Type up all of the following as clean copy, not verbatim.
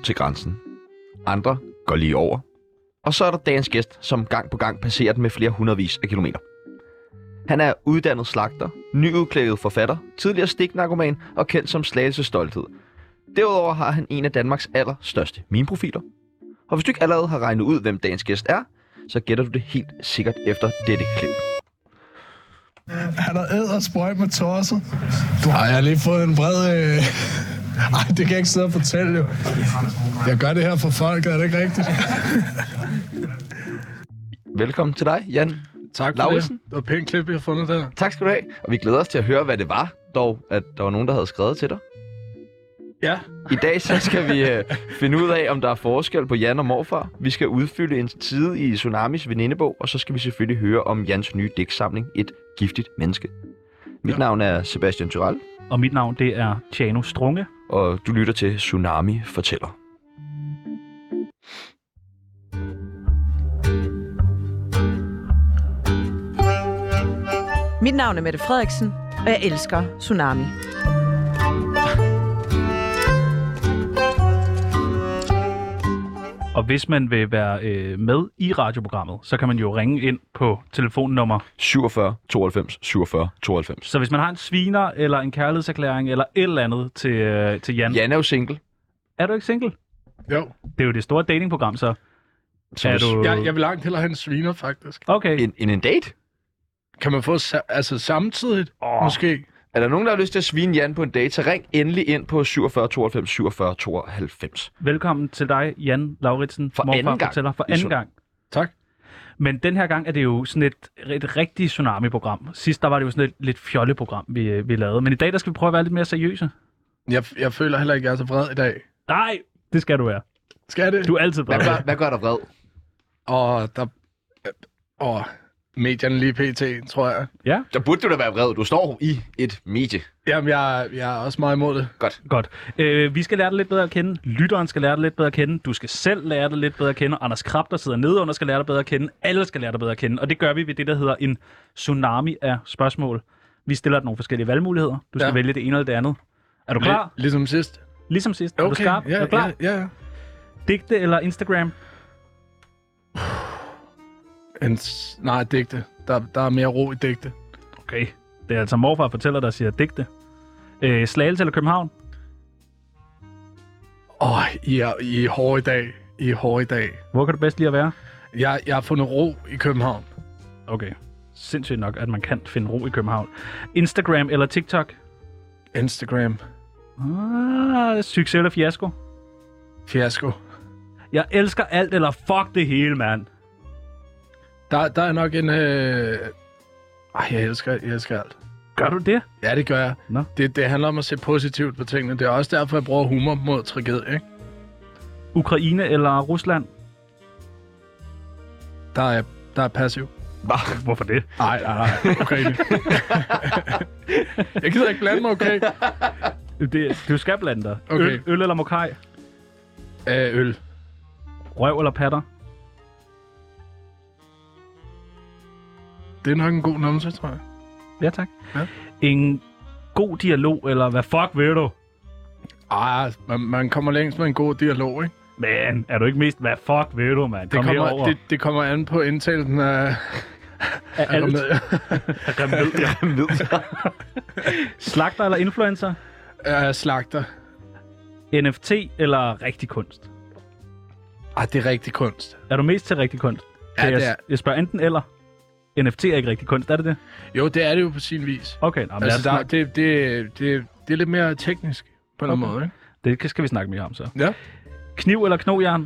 til grænsen. Andre går lige over. Og så er der dagens gæst, som gang på gang passerer den med flere hundredvis af kilometer. Han er uddannet slagter, nyudklækket forfatter, tidligere stiknarkoman og kendt som Slagelse Stolthed. Derudover har han en af Danmarks allerstørste meme-profiler. Og hvis du ikke allerede har regnet ud, hvem dagens gæst er, så gætter du det helt sikkert efter dette klip. Han har ædersprøjt med tosset. Jeg har lige fået en bred... Ej, det kan jeg ikke sidde og fortælle, jo. Jeg gør det her for folk, er det ikke rigtigt? Velkommen til dig, Jan. Tak for Lauritsen. det. Det var pænt klip, jeg har fundet der. Tak skal du have. Og vi glæder os til at høre, hvad det var, dog at der var nogen, der havde skrevet til dig. Ja. I dag så skal vi finde ud af, om der er forskel på Jan og morfar. Vi skal udfylde en side i Tsunamis venindebog, og så skal vi selvfølgelig høre om Jans nye digtsamling, Et giftigt menneske. Mit navn er Sebastian Tyrell. Og mit navn, det er Tjano Strunge. Og du lytter til Tsunami Fortæller. Mit navn er Mette Frederiksen, og jeg elsker Tsunami. Og hvis man vil være med i radioprogrammet, så kan man jo ringe ind på telefonnummer 47 92 47 92. Så hvis man har en sviner, eller en kærlighedserklæring, eller et eller andet til Jan. Jan er jo single. Er du ikke single? Jo. Det er jo det store datingprogram, så. Er du... Jeg vil langt hellere have en sviner, faktisk. Okay. En date? Kan man få samtidigt, måske? Er der nogen, der har lyst til at svine Jan på en date, så ring endelig ind på 47 92 47 92. Velkommen til dig, Jan Lauritsen. For anden gang. Fortæller for anden gang. Tak. Men den her gang er det jo sådan et rigtigt Tsunami-program. Sidst der var det jo sådan et lidt fjolleprogram, vi lavede. Men i dag der skal vi prøve at være lidt mere seriøse. Jeg føler heller ikke, jeg er så vred i dag. Nej, det skal du være. Skal det? Du er altid vred. Hvad gør dig vred? Medierne lige pt, tror jeg. Ja. Så burde du da være vred. Du står i et medie. Jamen, jeg er også meget imod det. Godt. Vi skal lære det lidt bedre at kende. Lytteren skal lære det lidt bedre at kende. Du skal selv lære det lidt bedre at kende. Anders Krab, der sidder nede under, skal lære det bedre at kende. Alle skal lære det bedre at kende. Og det gør vi ved det, der hedder en tsunami af spørgsmål. Vi stiller dig nogle forskellige valgmuligheder. Du skal vælge det ene eller det andet. Er du klar? Ligesom sidst. Ligesom sidst. Okay. Er du skarp? Ja, er du klar? Ja. Digte eller Instagram? Nej, digte. Der er mere ro i digte. Okay. Det er altså morfar fortæller, der siger digte. Slagelse eller København? I er hårde i dag. Hvor kan du bedst lide at være? Jeg har fundet ro i København. Okay. Sindssygt nok, at man kan finde ro i København. Instagram eller TikTok? Instagram. Succes eller fiasko? Fiasko. Jeg elsker alt eller fuck det hele, mand. Der er nok en... jeg elsker alt. Gør du det? Ja, det gør jeg. Nå. Det handler om at se positivt på tingene. Det er også derfor, jeg bruger humor mod tragedie, ikke? Ukraine eller Rusland? Der er passiv. Hvorfor det? Nej. Ukraine. Jeg gider ikke blande mig, okay? Du skal blande dig. Okay. Øl eller mokaj? Øl. Røv eller patter? Det er nok en god numse, tror jeg. Ja, tak. Ja. En god dialog, eller hvad fuck vil du? Man kommer længst med en god dialog, ikke? Men er du ikke mest, hvad fuck vil du, mand? Det kommer an på indtagelsen af alt. Remedier. Slagter eller influencer? Slagter. NFT eller rigtig kunst? Det er rigtig kunst. Er du mest til rigtig kunst? Ja, det er. Jeg spørger enten eller. NFT er ikke rigtig kunst, er det det? Jo, det er det jo på sin vis. Okay, altså, det er lidt mere teknisk på en måde, ikke? Det skal vi snakke mere om så. Ja. Kniv eller knogjern?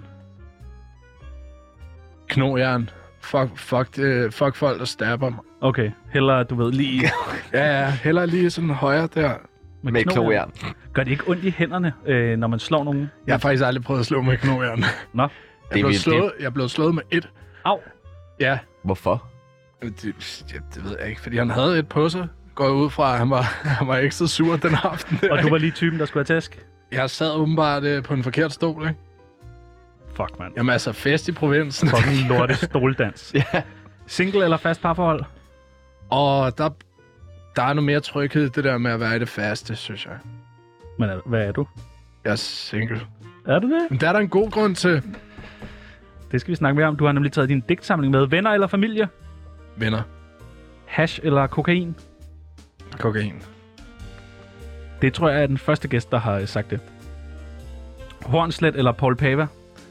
Knogjern. Fuck folk, der stabber mig. Okay, hellere, du ved, lige... ja, hellere lige sådan højre der. Med knogjern. Gør det ikke ondt i hænderne, når man slår nogen? Jeg har faktisk aldrig prøvet at slå med knogjern. Nå. Jeg blev slået med et. Au. Ja. Hvorfor? Det ved jeg ikke, fordi han havde et på sig. Går ud fra, at han var ekstra sur den aften. Og du var lige typen, der skulle have tæsk? Jeg sad åbenbart på en forkert stol, ikke? Fuck, mand. Jamen altså, fest i provinsen. Fucking lorte stoldans. Ja. Single eller fast parforhold? Og der er noget mere tryghed, det der med at være i det faste, synes jeg. Men hvad er du? Jeg er single. Er det det? Men der er der en god grund til. Det skal vi snakke mere om. Du har nemlig taget din digtsamling med. Venner eller familie? Venner. Hash eller kokain? Kokain. Det tror jeg er den første gæst, der har sagt det. Hornslet eller Paul Pava?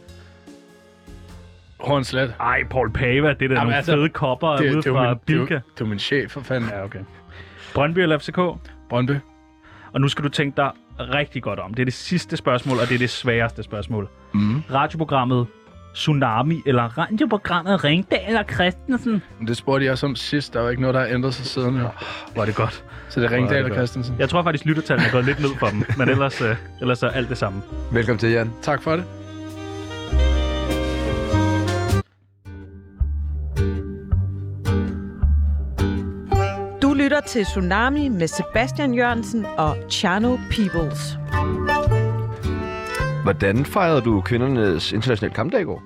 Hornslet. Ej, Paul Pava, det er da nogle fede kopper ude fra Bilka. Det er min chef, for fanden. Ja, okay. Brøndby eller FCK? Brøndby. Og nu skal du tænke dig rigtig godt om. Det er det sidste spørgsmål, og det er det sværeste spørgsmål. Radioprogrammet Tsunami eller radioprogrammet Ringdal og Christensen? Men det spurgte jeg som sidst. Der var ikke noget, der har ændret sig siden. Var det godt. Så det er Ringdal og Christensen. Jeg tror faktisk, lyttertallene er gået lidt ned for dem, men ellers er alt det samme. Velkommen til, Jan. Tak for det. Du lytter til Tsunami med Sebastian Jørgensen og Chano Peoples. Hvordan fejrede du kvindernes internationale kampdag i går?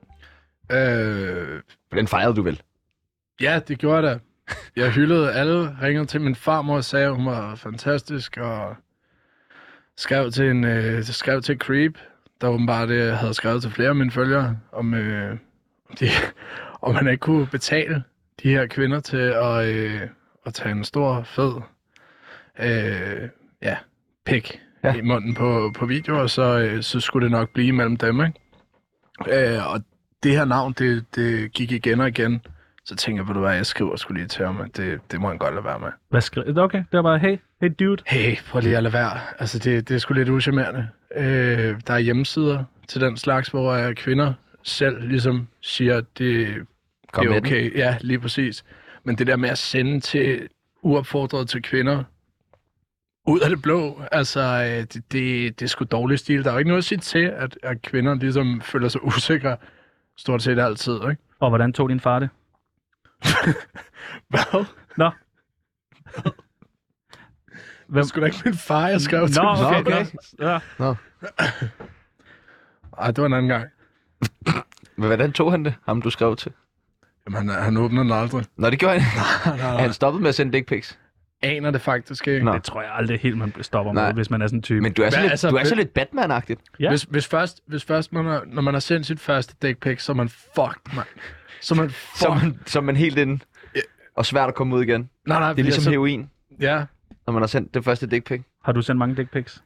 Den fejrede du vel? Ja, det gjorde jeg da. Jeg hyldede alle, ringede til min farmor og sagde, at hun var fantastisk, og skrev til Creep, der åbenbart havde skrevet til flere af mine følgere, om han ikke kunne betale de her kvinder til at tage en stor, fed pik i munden på video, og så skulle det nok blive mellem dem, ikke? Og det her navn, det gik igen og igen. Så tænker jeg, ved du hvad, jeg skriver sgu lige til ham, at det må han godt lade være med. Hvad skrev du? Okay, det var bare, hey dude. Hey, prøv lige at lade være. Altså, det er sgu lidt uschammerende. Der er hjemmesider til den slags, hvor kvinder selv ligesom siger, at det er okay. Ja, lige præcis. Men det der med at sende til uopfordret til kvinder, ud af det blå, altså, det er sgu dårlig stil. Der er jo ikke noget at sige til, at kvinder ligesom føler sig usikre, stort set altid, ikke? Og hvordan tog din far det? Hvad? Nå. Det skulle da ikke min far, jeg skrev til. Nå, okay. Ja. Nå. Ej, det var en anden gang. Men hvordan tog han det, ham du skrev til? Jamen, han åbner den aldrig. Nå, det gjorde han. Nej. Han stoppede med at sende dick pics. Aner det faktisk ikke. Nå. Det tror jeg aldrig helt, man stopper med, hvis man er sådan en type. Men du er så lidt Batman-agtigt. Ja. Hvis først når man har sendt sit første dick pic, så er man fucked, man. Så er man helt inde. Og svært at komme ud igen. Nej, det er ligesom heroin, Ja. når man har sendt det første dick pic. Har du sendt mange dick pics?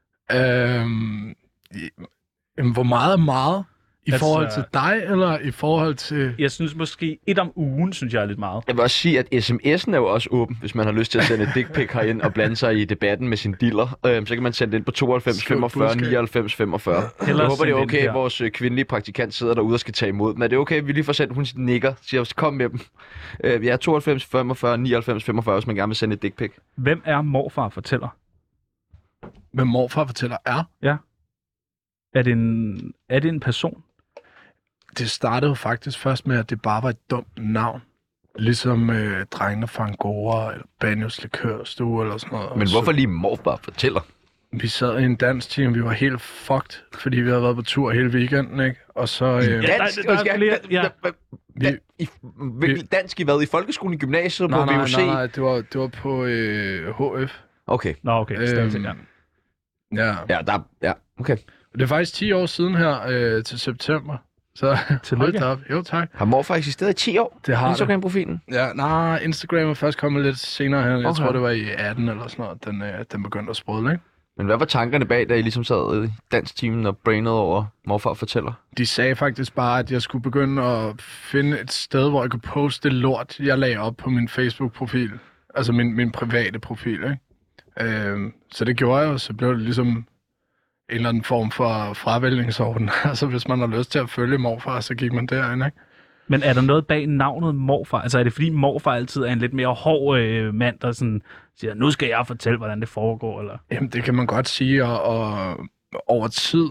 Hvor meget? I forhold til dig, eller i forhold til... Jeg synes måske, 1 om ugen, synes jeg er lidt meget. Jeg vil også sige, at sms'en er jo også åben, hvis man har lyst til at sende et dick pic herind og blande sig i debatten med sin dealer. Så kan man sende det ind på 92 45 99 45. Jeg håber, det er okay, at vores kvindelige praktikant sidder derude og skal tage imod. Men er det okay, at vi lige får sendt, hun nikker, siger, kom med dem. Ja, 92 45 99 45, hvis man gerne vil sende et dick pic. Hvem er morfar fortæller? Hvem morfar fortæller er? Ja. Er det en person? Det startede jo faktisk først med, at det bare var et dumt navn. Ligesom drengene fra Angora, eller Banyos Likørstue, eller sådan noget. Men hvorfor lige morfar fortæller? Vi sad i en dansteam, vi var helt fucked, fordi vi havde været på tur hele weekenden, ikke? Og så... Dansk i hvad? I folkeskolen, i gymnasiet, på VUC? Nej, det var på HF. Okay. Nå, okay. Ja, okay. Det er faktisk 10 år siden her til september. Så hold da op. Jo, tak. Har morfar eksisteret i 10 år? Det har Instagram-profilen? Ja, nej, Instagram er først kommet lidt senere her. Jeg tror, det var i 18 eller sådan noget, den begyndte at sprudle, ikke? Men hvad var tankerne bag, da I ligesom sad i dansteamen og brainede over morfar fortæller? De sagde faktisk bare, at jeg skulle begynde at finde et sted, hvor jeg kunne poste det lort, jeg lagde op på min Facebook-profil. Altså min private profil, ikke? Så det gjorde jeg, og så blev det ligesom en eller anden form for fravælgningsorden. Altså hvis man har lyst til at følge morfar, så gik man derind, ikke? Men er der noget bag navnet morfar? Altså er det fordi morfar altid er en lidt mere hård mand, der sådan siger, nu skal jeg fortælle, hvordan det foregår, eller? Jamen det kan man godt sige, og over tid.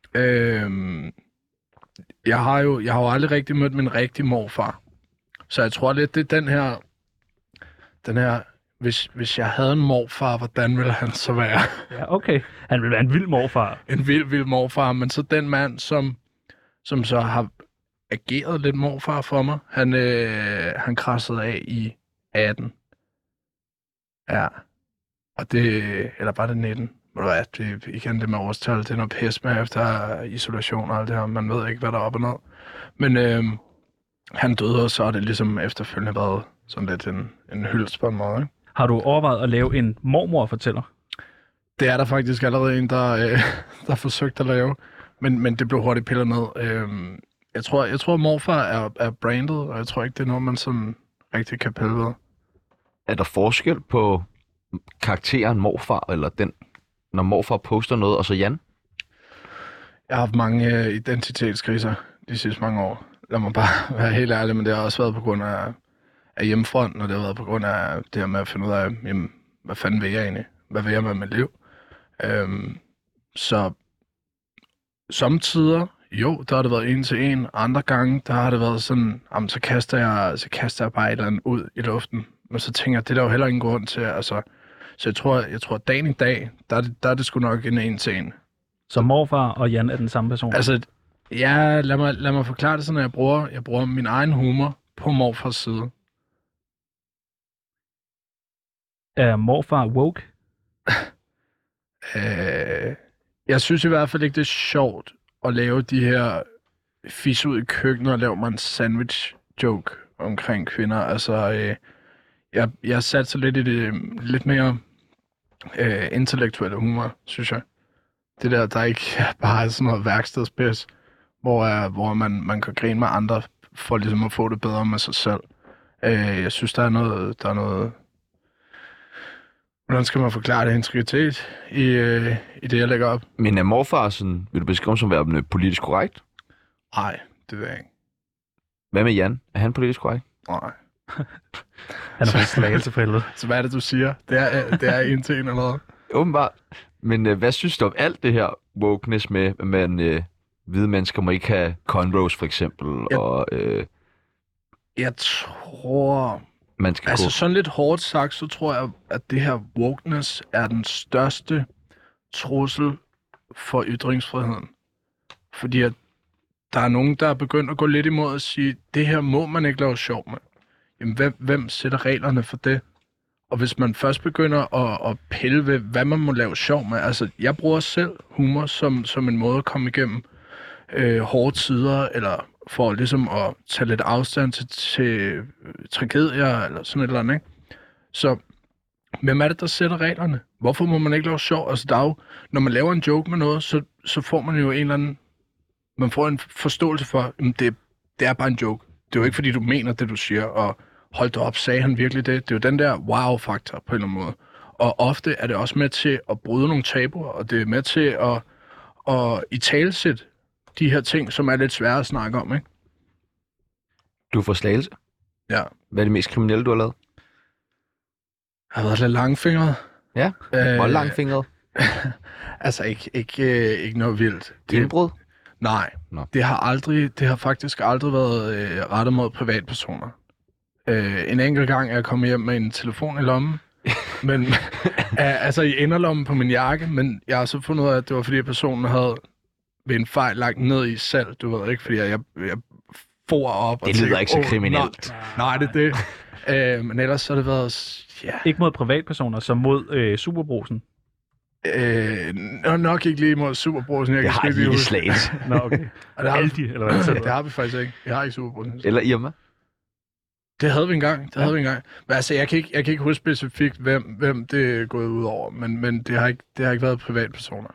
Jeg har jo aldrig rigtig mødt min rigtige morfar. Så jeg tror lidt, det er den her hvis jeg havde en morfar, hvordan ville han så være? Ja, okay. Han ville være en vild morfar. En vild morfar, men så den mand, som så har ageret lidt morfar for mig, han krassede af i 18. Ja. Og det, eller var det 19? hvad, det er igen det med årstal, det er noget pis med efter isolation og alt det her. Man ved ikke, hvad der er op og ned. Men han døde, og så er det ligesom efterfølgende været sådan lidt en hyldest på en måde. Ikke? Har du overvejet at lave en mormor-fortæller? Det er der faktisk allerede en, der forsøgt at lave, men det blev hurtigt pillet ned. Jeg tror morfar er brandet, og jeg tror ikke, det er noget, man sådan rigtig kan pille ved. Er der forskel på karakteren morfar, eller den, når morfar poster noget, og så Jan? Jeg har haft mange identitetskriser de sidste mange år. Lad mig bare være helt ærlig, men det har også været på grund af hjemmefronten, og det har været på grund af det her med at finde ud af, jamen, hvad fanden vil jeg egentlig? Hvad vil jeg med mit liv? Så samtidig, jo, der har det været en til en. Andre gange, der har det været sådan, jamen, så kaster jeg bare et eller andet ud i luften. Men så tænker jeg, det er der jo heller ingen grund til. Altså, så jeg tror dagen i dag, der er det sgu nok en til en. Så morfar og Jan er den samme person? Altså, ja, lad mig forklare det sådan, at jeg bruger min egen humor på morfars side. Er morfar woke? Jeg synes i hvert fald ikke, det er sjovt at lave de her fis ud i køkkenet og lave mig en sandwich-joke omkring kvinder. Altså, jeg satte så lidt i det lidt mere intellektuelle humor, synes jeg. Det der ikke bare er sådan noget værkstedspis, hvor man kan grine med andre for ligesom at få det bedre med sig selv. Jeg synes, der er noget hvordan skal man forklare det, integritet i det, jeg lægger op? Men er morfar sådan, vil du beskrive som værende politisk korrekt? Nej, det ved jeg ikke. Hvad med Jan? Er han politisk korrekt? Nej. Han er faktisk slagelse for helvede. Så hvad er det, du siger? Det er en til en eller noget? Åbenbart. Men hvad synes du om alt det her wokeness med, at man hvide mennesker må ikke have cornrows for eksempel, Jeg tror... man skal Altså gå... sådan lidt hårdt sagt, så tror jeg, at det her wokeness er den største trussel for ytringsfriheden. Fordi at der er nogen, der er begyndt at gå lidt imod at sige, det her må man ikke lave sjov med. Jamen, hvem sætter reglerne for det? Og hvis man først begynder at pille ved, hvad man må lave sjov med, altså jeg bruger selv humor som en måde at komme igennem hårde tider, eller for ligesom at tage lidt afstand til tragedier, eller sådan et eller andet, ikke? Så hvem er det, der sætter reglerne? Hvorfor må man ikke lave sjov? Altså der er jo, når man laver en joke med noget, så får man jo en eller anden, man får en forståelse for, at det er bare en joke. Det er jo ikke, fordi du mener det, du siger, og hold da op, sagde han virkelig det? Det er jo den der wow-faktor på en eller anden måde. Og ofte er det også med til at bryde nogle tabuer, og det er med til at italesætte de her ting, som er lidt svære at snakke om, ikke? Du får Slagelse? Ja. Hvad er det mest kriminelle, du har lavet? Jeg har været lidt langfingret. Ja, hvor langfingret? Altså ikke noget vildt. Indbrud? Nej, det har faktisk aldrig været rettet mod privatpersoner. En enkelt gang er jeg kommet hjem med en telefon i lommen, men altså i inderlommen på min jakke, men jeg har så fundet ud af, at det var fordi personen havde ved en fejl lagt ned i selv, du ved ikke, fordi jeg for op og det lyder ikke så kriminelt. Nej, det er det. Men ellers så har det været... Ja. Ikke mod privatpersoner, som mod Superbrusen? Nok ikke lige mod Superbrusen. Jeg har ikke Slagelse. Nå, okay. Aldi, eller hvad det har vi faktisk ikke. Jeg har ikke Superbrusen. Eller Irma? Det havde vi engang. Men altså, jeg kan ikke huske specifikt, hvem det er gået ud over, men det har ikke været privatpersoner.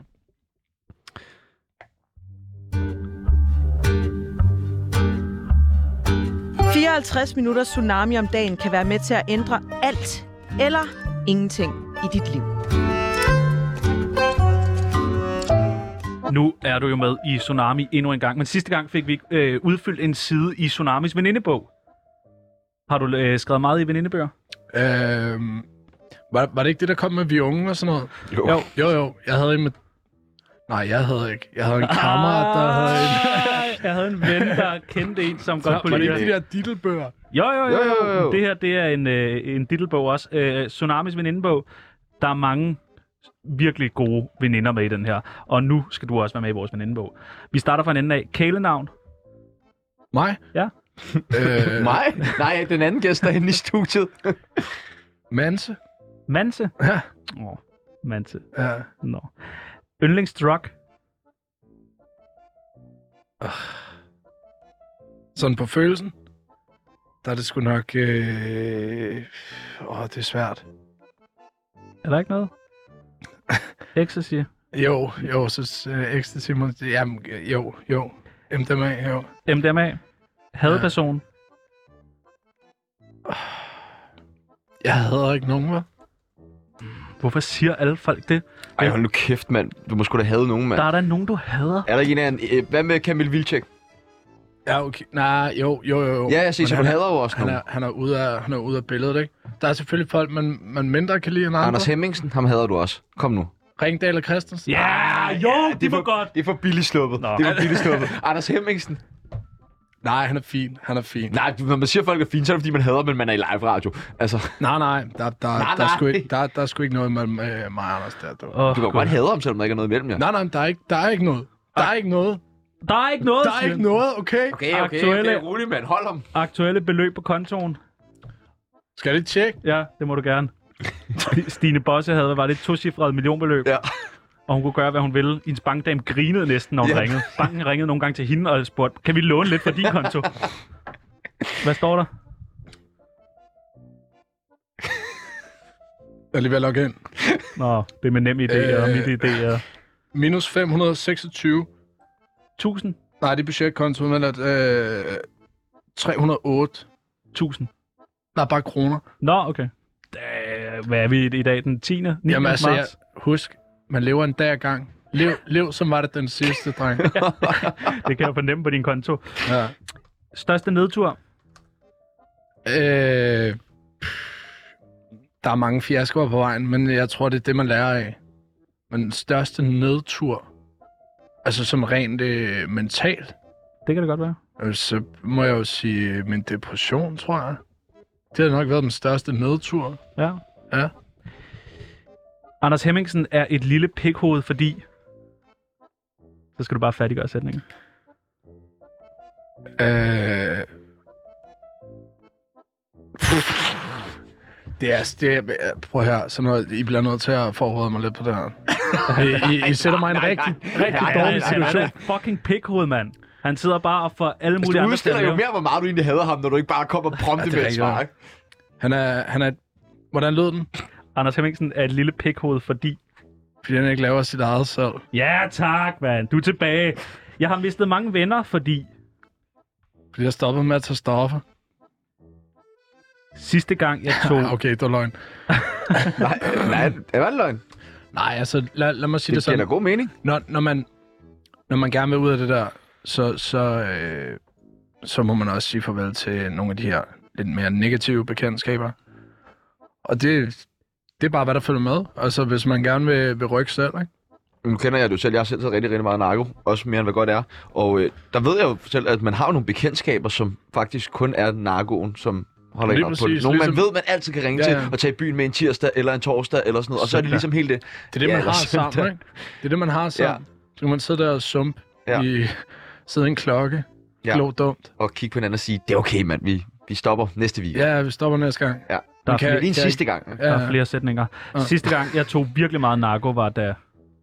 Minutter tsunami om dagen kan være med til at ændre alt eller ingenting i dit liv. Nu er du jo med i Tsunami endnu en gang, men sidste gang fik vi udfyldt en side i Tsunamis venindebog. Har du skrevet meget i venindebøger? Var det ikke det, der kom med vi unge og sådan noget? Jo. Jeg havde en med... Nej, jeg havde ikke. Jeg havde en kammerat, der havde en... Jeg havde en ven, der kendte en, som godt kunne lide. Var det ikke de der dittelbøger? Jo. Det her, det er en dittelbog også. Tsunamis venindebog. Der er mange virkelig gode veninder med i den her. Og nu skal du også være med i vores venindebog. Vi starter fra en ende af. Kælenavn? Mig? Ja. Mig? Nej, den anden gæst derinde i studiet. Manse? Manse? Ja. Manse. Ja. Nå. Yndlingsdrug? Sådan på følelsen, der er det sgu nok... det er svært. Er der ikke noget? Ecstasy? Jo, så ecstasy må... Jamen, jo. MDMA, jo. MDMA? Hadperson? Jeg hader ikke nogen, hva'? Hvorfor siger alle folk det? Ej, hold nu kæft, mand. Du må sgu da have nogen, mand. Der er der nogen, du hader. Er der ikke en af hvad med Kamil Vilcek? Ja, okay. Nej, jo. Ja, jeg siger, så du hader jo også nogen. Han er ude af billedet, ikke? Der er selvfølgelig folk, man mindre kan lide end andre. Anders Hemmingsen, ham hader du også. Kom nu. Ringdal og Christensen. Ja, det var godt. Det er for billigt sluppet. Nå. Det er for billigt sluppet. Anders Hemmingsen. Nej, han er fin. Nej, når man siger, at folk er fine, så er det, fordi man hader, men man er i live-radio. Altså, Nej, der er sgu ikke noget mellem mig og Anders der. du kan jo godt hade ham, selvom der ikke er noget mellem jer. Nej, der er ikke noget. Der er ikke noget, okay? Okay, rolig, mand. Hold ham. Aktuelle beløb på kontoen? Skal jeg lige tjekke? Ja, det må du gerne. Stine Bosse havde, var det et tocifret millionbeløb? Ja. Og hun kunne gøre, hvad hun ville. Hendes bankdame grinede næsten, når hun ringede. Banken ringede nogle gange til hende og spurgte, kan vi låne lidt fra din konto? Hvad står der? Jeg er lige ved at logge ind. Nå, det er med nem idé og mit idé. Minus 526. 1000? Nej, det er budgetkonto, men 308. 1000. Der er bare kroner. Nå, okay. Hvad er vi i dag? Den 10. 9. Jamen altså, marts? husk, man lever en dag ad gang. Lev som var det den sidste, dreng. Det kan jeg fornemme på din konto. Ja. Største nedtur? Der er mange fiaskoer på vejen, men jeg tror, det er det, man lærer af. Men den største nedtur, altså som rent mentalt, Det kan det godt være. så må jeg jo sige min depression, tror jeg. Det har nok været den største nedtur. Ja. Ja. Anders Hemmingsen er et lille pikhoved, fordi... Så skal du bare færdiggøre sætningen. Det er, prøv her, så noget, I bliver nødt til at forberede mig lidt på det her. I sætter mig i en rigtig dårlig situation. Han er fucking pikhoved, mand. Han sidder bare og får alle mulige Du andre udstiller jo mere, hvor meget du egentlig hader ham, når du ikke bare kommer prompte med et svar, ikke? Han er... Hvordan lød den? Anders Hemmingsen er et lille pikhoved, fordi... Fordi han ikke laver sit eget selv. Ja, tak, mand. Du er tilbage. Jeg har mistet mange venner, fordi... Fordi jeg stoppede med at tage stoffer. Sidste gang, jeg tog... Okay, det var løgn. Nej, det var løgn. Nej, altså, lad mig sige det sådan. Det giver da god mening. Når man gerne vil ud af det der, så må man også sige farvel til nogle af de her lidt mere negative bekendtskaber. Og det er bare, hvad der følger med. Altså, hvis man gerne vil rykke selv, ikke? Nu kender jeg det jo selv. Jeg har selv taget rigtig, rigtig meget narko. Også mere end hvad godt er. Og der ved jeg jo selv, at man har jo nogle bekendtskaber, som faktisk kun er narkoen, som holder ind op på det. Nogle man ved, man altid kan ringe til og tage i byen med en tirsdag eller en torsdag eller sådan noget. Og så er det ligesom helt det. Det er det, man har sammen, ikke? Det er det, man har sammen. Så kan man sidde der og sidde i en klokke. Glå dumt. Og kigge på hinanden og sige, det er okay, mand. Vi stopper næste weekend. Ja, vi stopper næste gang. Ja. Der er lige en sidste gang. Der er flere sætninger. Sidste gang, jeg tog virkelig meget narko, var da...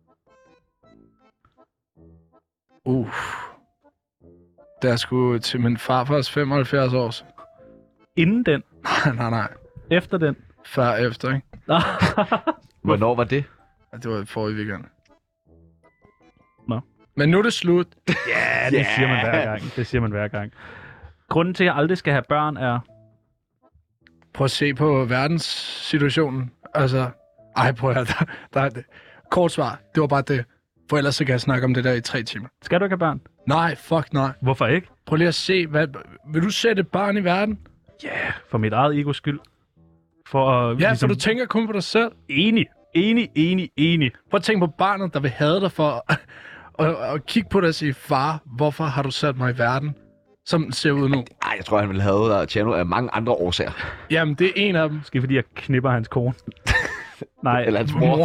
Der skulle til min farfars 75 års. Inden den? Nej. Efter den? Før efter, ikke? Hvornår var det? Ja, det var forrige weekend. Nå. Men nu er det slut. Ja, det siger man hver gang. Grunden til, at jeg aldrig skal have børn, er... Prøv at se på verdenssituationen. Altså, prøv at der kort svar, det var bare det. For ellers så kan jeg snakke om det der i 3 timer. Skal du ikke have børn? Nej, fuck nej. Hvorfor ikke? Prøv lige at se, vil du sætte et barn i verden? Ja, for mit eget egos skyld. For for du tænker kun på dig selv. Enig. Prøv at tænke på barnet, der vil have dig for at kigge på dig og sige, far, hvorfor har du sat mig i verden, som den ser ud nu? Jeg tror, han ville have Tjerno af mange andre årsager. Jamen, det er en af dem. Måske fordi jeg knipper hans kone. Nej. Eller hans mor.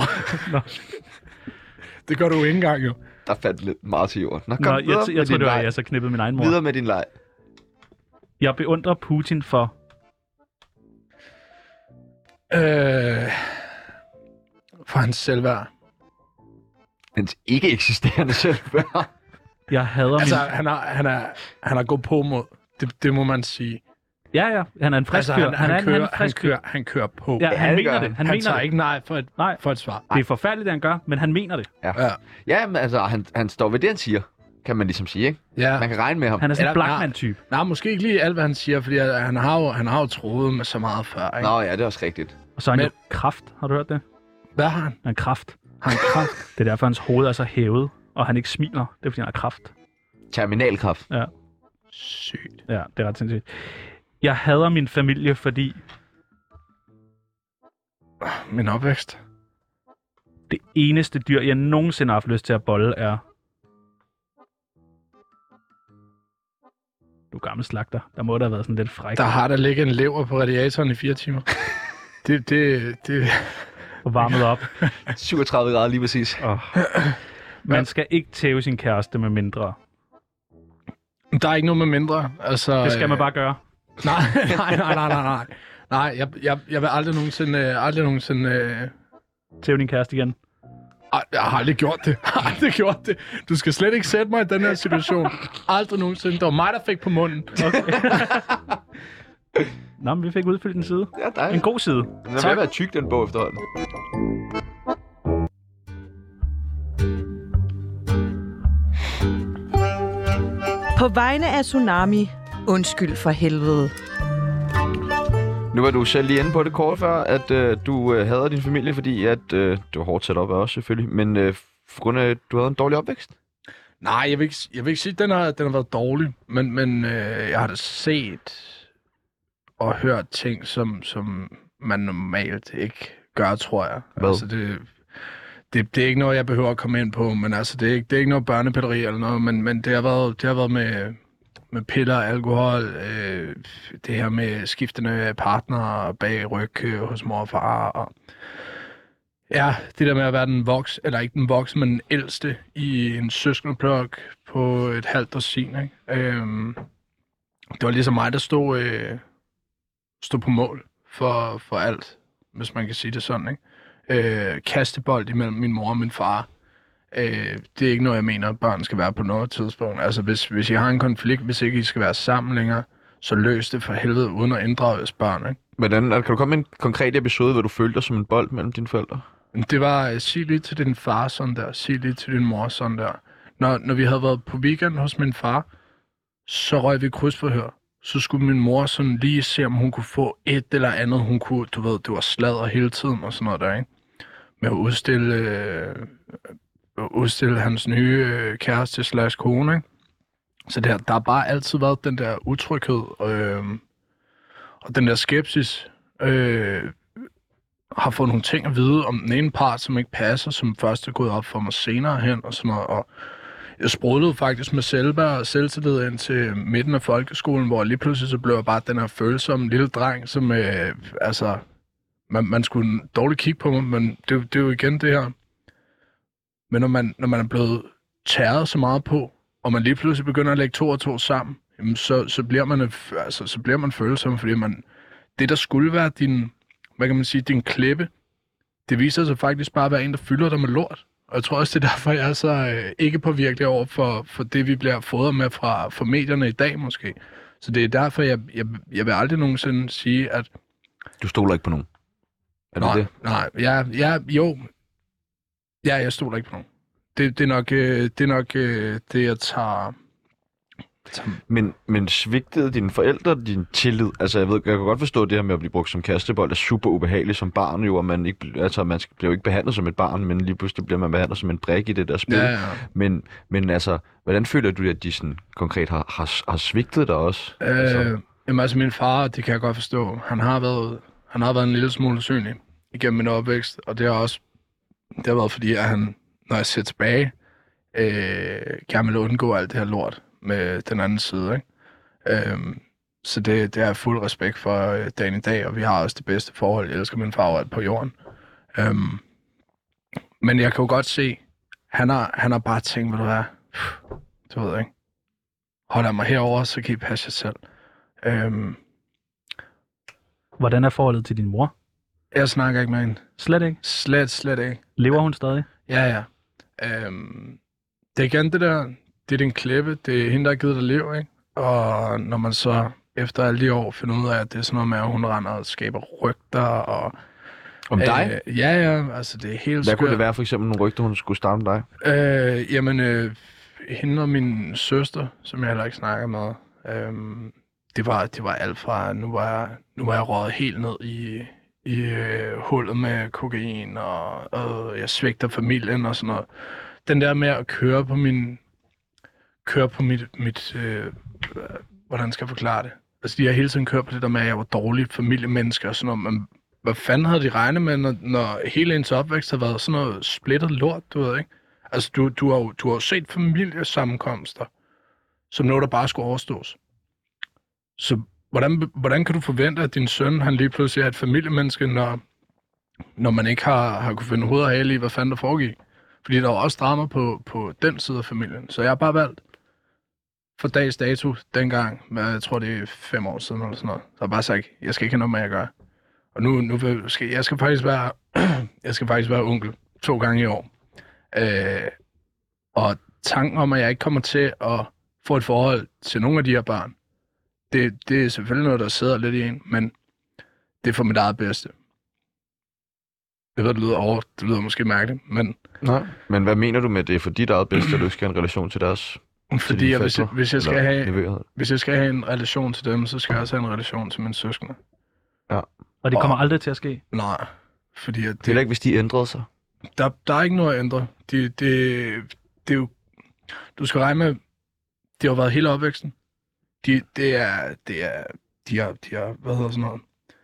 Det gør du jo ikke engang, jo. Der faldt lidt meget til jorden. Jeg tror, det var, jeg så knippede min egen mor. Videre med din leg. Jeg beundrer Putin for... For hans selvværd. Hans ikke eksisterende selvværd. Jeg hader Altså, min... han er gået på mod. Det må man sige. Ja, han er en frisk fyr. Han kører på. Ja, han mener det. Han tager ikke nej for et svar. Det er forfærdeligt, det han gør, men han mener det. Ja, men altså, han står ved det, han siger, kan man ligesom sige, ikke? Ja. Man kan regne med ham. Han er sådan en Blackman-type. Nej, måske ikke lige alt, hvad han siger, fordi han har jo troet med så meget før, ikke? Nå ja, det er også rigtigt. Og så er han jo kraft. Har du hørt det? Hvad har han? Han er kraft. Har han kraft? Det er derfor, hans hoved er så hævet, og han ikke smiler. Det er, fordi han har kraft. Terminalkraft. Ja. Sygt. Ja, det er ret sindssygt. Jeg hader min familie, fordi Min opvækst. det eneste dyr, jeg nogensinde har haft lyst til at bolle, er... Du er gammel slagter. Der må der have været sådan lidt fræk. Der har der ligget en lever på radiatoren i 4 timer. Det... Og varmet op. 37 grader lige præcis. Man skal ikke tæve sin kæreste med mindre. Der er ikke noget med mindre. Altså, Det skal man bare gøre. Nej. Nej, jeg vil aldrig nogensinde... Tæve din kæreste igen. Jeg har aldrig gjort det. Du skal slet ikke sætte mig i den her situation. Aldrig nogensinde. Det var mig, der fik på munden. Okay. Nå, men vi fik udfyldt en side. Ja, dejligt. En god side. Den er ved at være tyk, den bog efterhånden. På vegne af Tsunami, undskyld for helvede. Nu var du selv lige inde på det kort før, at du hader din familie, fordi at det var hårdt sat op af os selvfølgelig, men på grund af, at du havde en dårlig opvækst? Nej, jeg vil ikke sige, at den har været dårlig, men jeg har da set og hørt ting, som man normalt ikke gør, tror jeg. Hvad? Altså, det er ikke noget, jeg behøver at komme ind på, men altså, det er ikke noget børnepilleri eller noget, men det har været med piller, alkohol, det her med skiftende partnere bag ryg hos mor og far, og ja, det der med at være ikke den voksne, men den ældste i en søskendeblok på et halvt årsin, ikke? Det var ligesom mig, der stod på mål for alt, hvis man kan sige det sådan, ikke? Kastebold imellem min mor og min far. Det er ikke noget, jeg mener, at børn skal være på noget tidspunkt. Altså, hvis I har en konflikt, hvis ikke I skal være sammen længere, så løs det for helvede, uden at inddrage jeres børn, ikke? Hvordan, kan du komme med en konkret episode, hvor du følte dig som en bold mellem dine forældre? Det var, sig lige til din far sådan der, sig lige til din mor sådan der. Når vi havde været på weekend hos min far, så røg vi krydsforhør. Så skulle min mor sådan lige se, om hun kunne få et eller andet, hun kunne, du ved, det var sladder hele tiden og sådan noget der, ikke? Med at udstille hans nye kæreste / kone, ikke? Så der har bare altid været den der utryghed og den der skepsis. Har fået nogle ting at vide om den ene part, som ikke passer, som først er gået op for mig senere hen og sådan noget. Og jeg sprudlede faktisk med selvtillid ind til midten af folkeskolen, hvor lige pludselig så blev jeg bare den her følsomme lille dreng, som altså man skulle dårligt kigge på mig, men det er jo igen det her. Men når man er blevet tæret så meget på, og man lige pludselig begynder at lægge 2 og 2 sammen, jamen så bliver man følsom, fordi det der skulle være din klippe, det viser sig faktisk bare at være en, der fylder dig med lort. Og jeg tror også, det er derfor, jeg er så ikke påvirkelig over for det, vi bliver fodret med fra medierne i dag måske. Så det er derfor, jeg vil aldrig nogensinde sige, at... Du stoler ikke på nogen? Er det det? Nej, jeg stoler ikke på nogen. Det er nok det, jeg tager... Men svigtede dine forældre din tillid? Altså, jeg kan godt forstå det her med at blive brugt som kastebold er super ubehageligt som barn, jo, og man bliver jo ikke behandlet som et barn, men lige pludselig bliver man behandlet som en brik i det der spil. Ja. Men altså, hvordan føler du, at de sådan konkret har svigtet dig også? Jamen altså, min far, det kan jeg godt forstå. Han har været en lille smule usynlig igennem min opvækst, og det har været fordi, at han, når jeg ser tilbage, gerne vil undgå alt det her lort med den anden side, ikke? Så det er fuld respekt for dagen i dag, og vi har også det bedste forhold. Jeg elsker min far på jorden. Men jeg kan jo godt se, han har bare tænkt, hvad du er. Du ved ikke. Holder mig herover, så kan I passe jer selv. Hvordan er forholdet til din mor? Jeg snakker ikke med hende. Slet ikke? Slet ikke. Lever hun stadig? Ja. Det er igen det der, det er din klippe, det er hende, der har givet dig liv, ikke? Og når man så efter alle de år finder ud af, at det er sådan noget med, at hun render og skaber rygter og... Om dig? Ja, altså det er helt skørt. Hvad kunne det være for eksempel nogle rygter, hun skulle starte med dig? Hende og min søster, som jeg heller ikke snakker med, det var alt fra, nu var jeg røget helt ned i hullet med kokain, og jeg svigter familien og sådan noget. Den der med at køre på mit hvordan skal jeg forklare det? Altså, de har hele tiden kørt på det der med, at jeg var dårlig familiemenneske og sådan noget, men hvad fanden havde de regnet med, når hele ens opvækst har været sådan noget splittet lort, du ved, ikke? Altså, du har jo set familiesammenkomster, som noget, der bare skulle overstås. Så hvordan kan du forvente, at din søn, han lige pludselig er et familiemenneske, når man ikke har kunne finde hoved og hale i, hvad fanden der foregik? Fordi der var også drama på den side af familien. Så jeg har bare valgt for dags dato dengang, jeg tror det er 5 år siden eller sådan noget. Så jeg har bare sagt, jeg skal ikke have noget med at gøre. Og nu jeg skal faktisk være onkel 2 gange i år. Og tanken om, at jeg ikke kommer til at få et forhold til nogle af de her børn, det er selvfølgelig noget, der sidder lidt i en, men det er for mit eget bedste. Jeg ved, det lyder måske mærkeligt, men... Nej, men hvad mener du med det for dit eget bedste, at du skal have en relation til deres... Fordi hvis jeg skal have en relation til dem, så skal jeg også have en relation til mine søskende. Ja. Og det kommer aldrig til at ske? Nej, fordi... Det er ikke, hvis de ændrede sig? Der er ikke noget at ændre. Det er jo... Du skal regne med... Det har været hele opvæksten. De har... Hvad hedder sådan noget?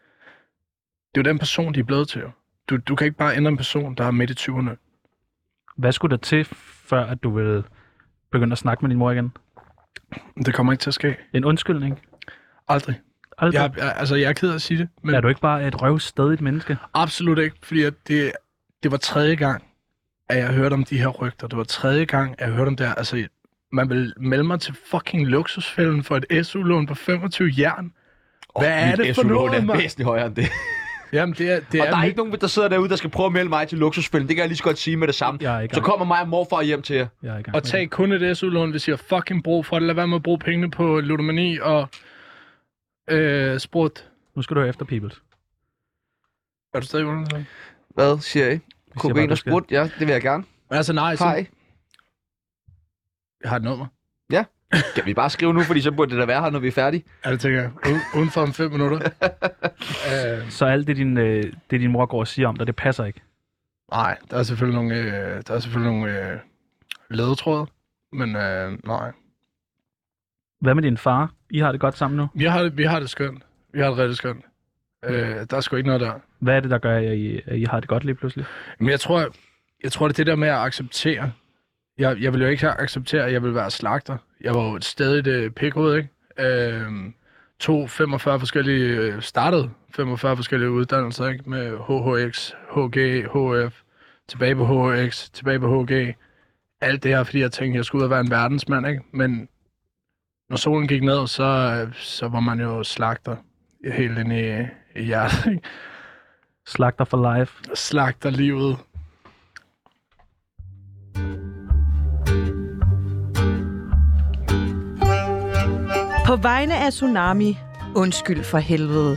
Det er jo den person, de er blevet til. Du kan ikke bare ændre en person, der er midt i 20'erne. Hvad skulle der til, før at du vil begynde at snakke med din mor igen? Det kommer ikke til at ske. En undskyldning? Aldrig. Jeg er ked af at sige det. Men... Er du ikke bare et røvstedigt menneske? Absolut ikke, fordi det var 3. gang, at jeg hørte om de her rygter. Det var 3. gang, at jeg hørte om det her. Altså, man vil melde mig til fucking luksusfælden for et SU-lån på 25 jern. Hvad er det for noget, mand? Det er væsentligt højere end det. Jamen, det er og der er ikke nogen, der sidder derude, der skal prøve at melde mig til luksusfælden. Det kan jeg lige så godt sige med det samme. Så kommer mig og morfar hjem til jer. Og tag kun et SU-lån, hvis I har fucking brug for det. Lad være med at bruge pengene på ludomani og sprut. Nu skal du efter Peoples. Er du stadig under? Hvad siger I? Kokain og sprut? Ja, det vil jeg gerne. Altså nej. Hej. Jeg har et nummer. Ja. Kan vi bare skrive nu, fordi så burde det da være her, når vi er færdige? Ja, det tænker jeg. Uden for om 5 minutter. Så alt det, din mor går og siger om dig, det passer ikke? Nej, der er selvfølgelig nogle ledetråde, men nej. Hvad med din far? I har det godt sammen nu? Vi har det skønt. Vi har det rigtig skønt. Der er sgu ikke noget der. Hvad er det, der gør, at I har det godt lige pludselig? Men jeg tror, det er det der med at acceptere. Jeg vil jo ikke acceptere, at jeg vil være slagter. Jeg var jo et stadigt pikhoved, ikke? 45 forskellige, startede 45 forskellige uddannelser, ikke? Med HHX, HG, HF, tilbage på HHX, tilbage på HG. Alt det her, fordi jeg tænkte, jeg skulle ud og være en verdensmand, ikke? Men når solen gik ned, så var man jo slagter helt ind i hjertet, ikke? Slagter for life. Slagter livet. På vegne af Tsunami, undskyld for helvede.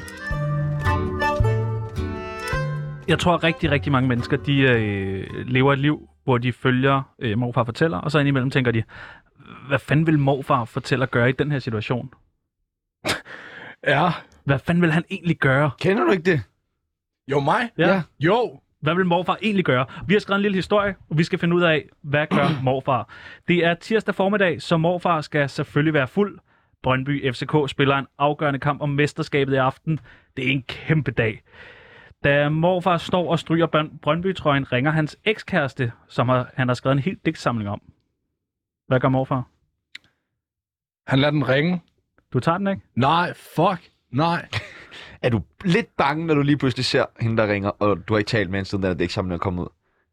Jeg tror, at rigtig, rigtig mange mennesker, de lever et liv, hvor de følger morfar fortæller, og så indimellem tænker de, hvad fanden vil morfar fortæller gøre i den her situation? Ja. Hvad fanden vil han egentlig gøre? Kender du ikke det? Jo, mig? Ja. Jo. Hvad vil morfar egentlig gøre? Vi har skrevet en lille historie, og vi skal finde ud af, hvad gør morfar. Det er tirsdag formiddag, så morfar skal selvfølgelig være fuld. Brøndby FCK spiller en afgørende kamp om mesterskabet i aften. Det er en kæmpe dag. Da morfar står og stryger Brøndby-trøjen, ringer hans ekskæreste, som han har skrevet en helt digtsamling om. Hvad gør morfar? Han lader den ringe. Du tager den, ikke? Nej, fuck. Nej. Er du lidt bange, når du lige pludselig ser hende, der ringer, og du har ikke talt med hende, siden den digtsamling er kommet ud?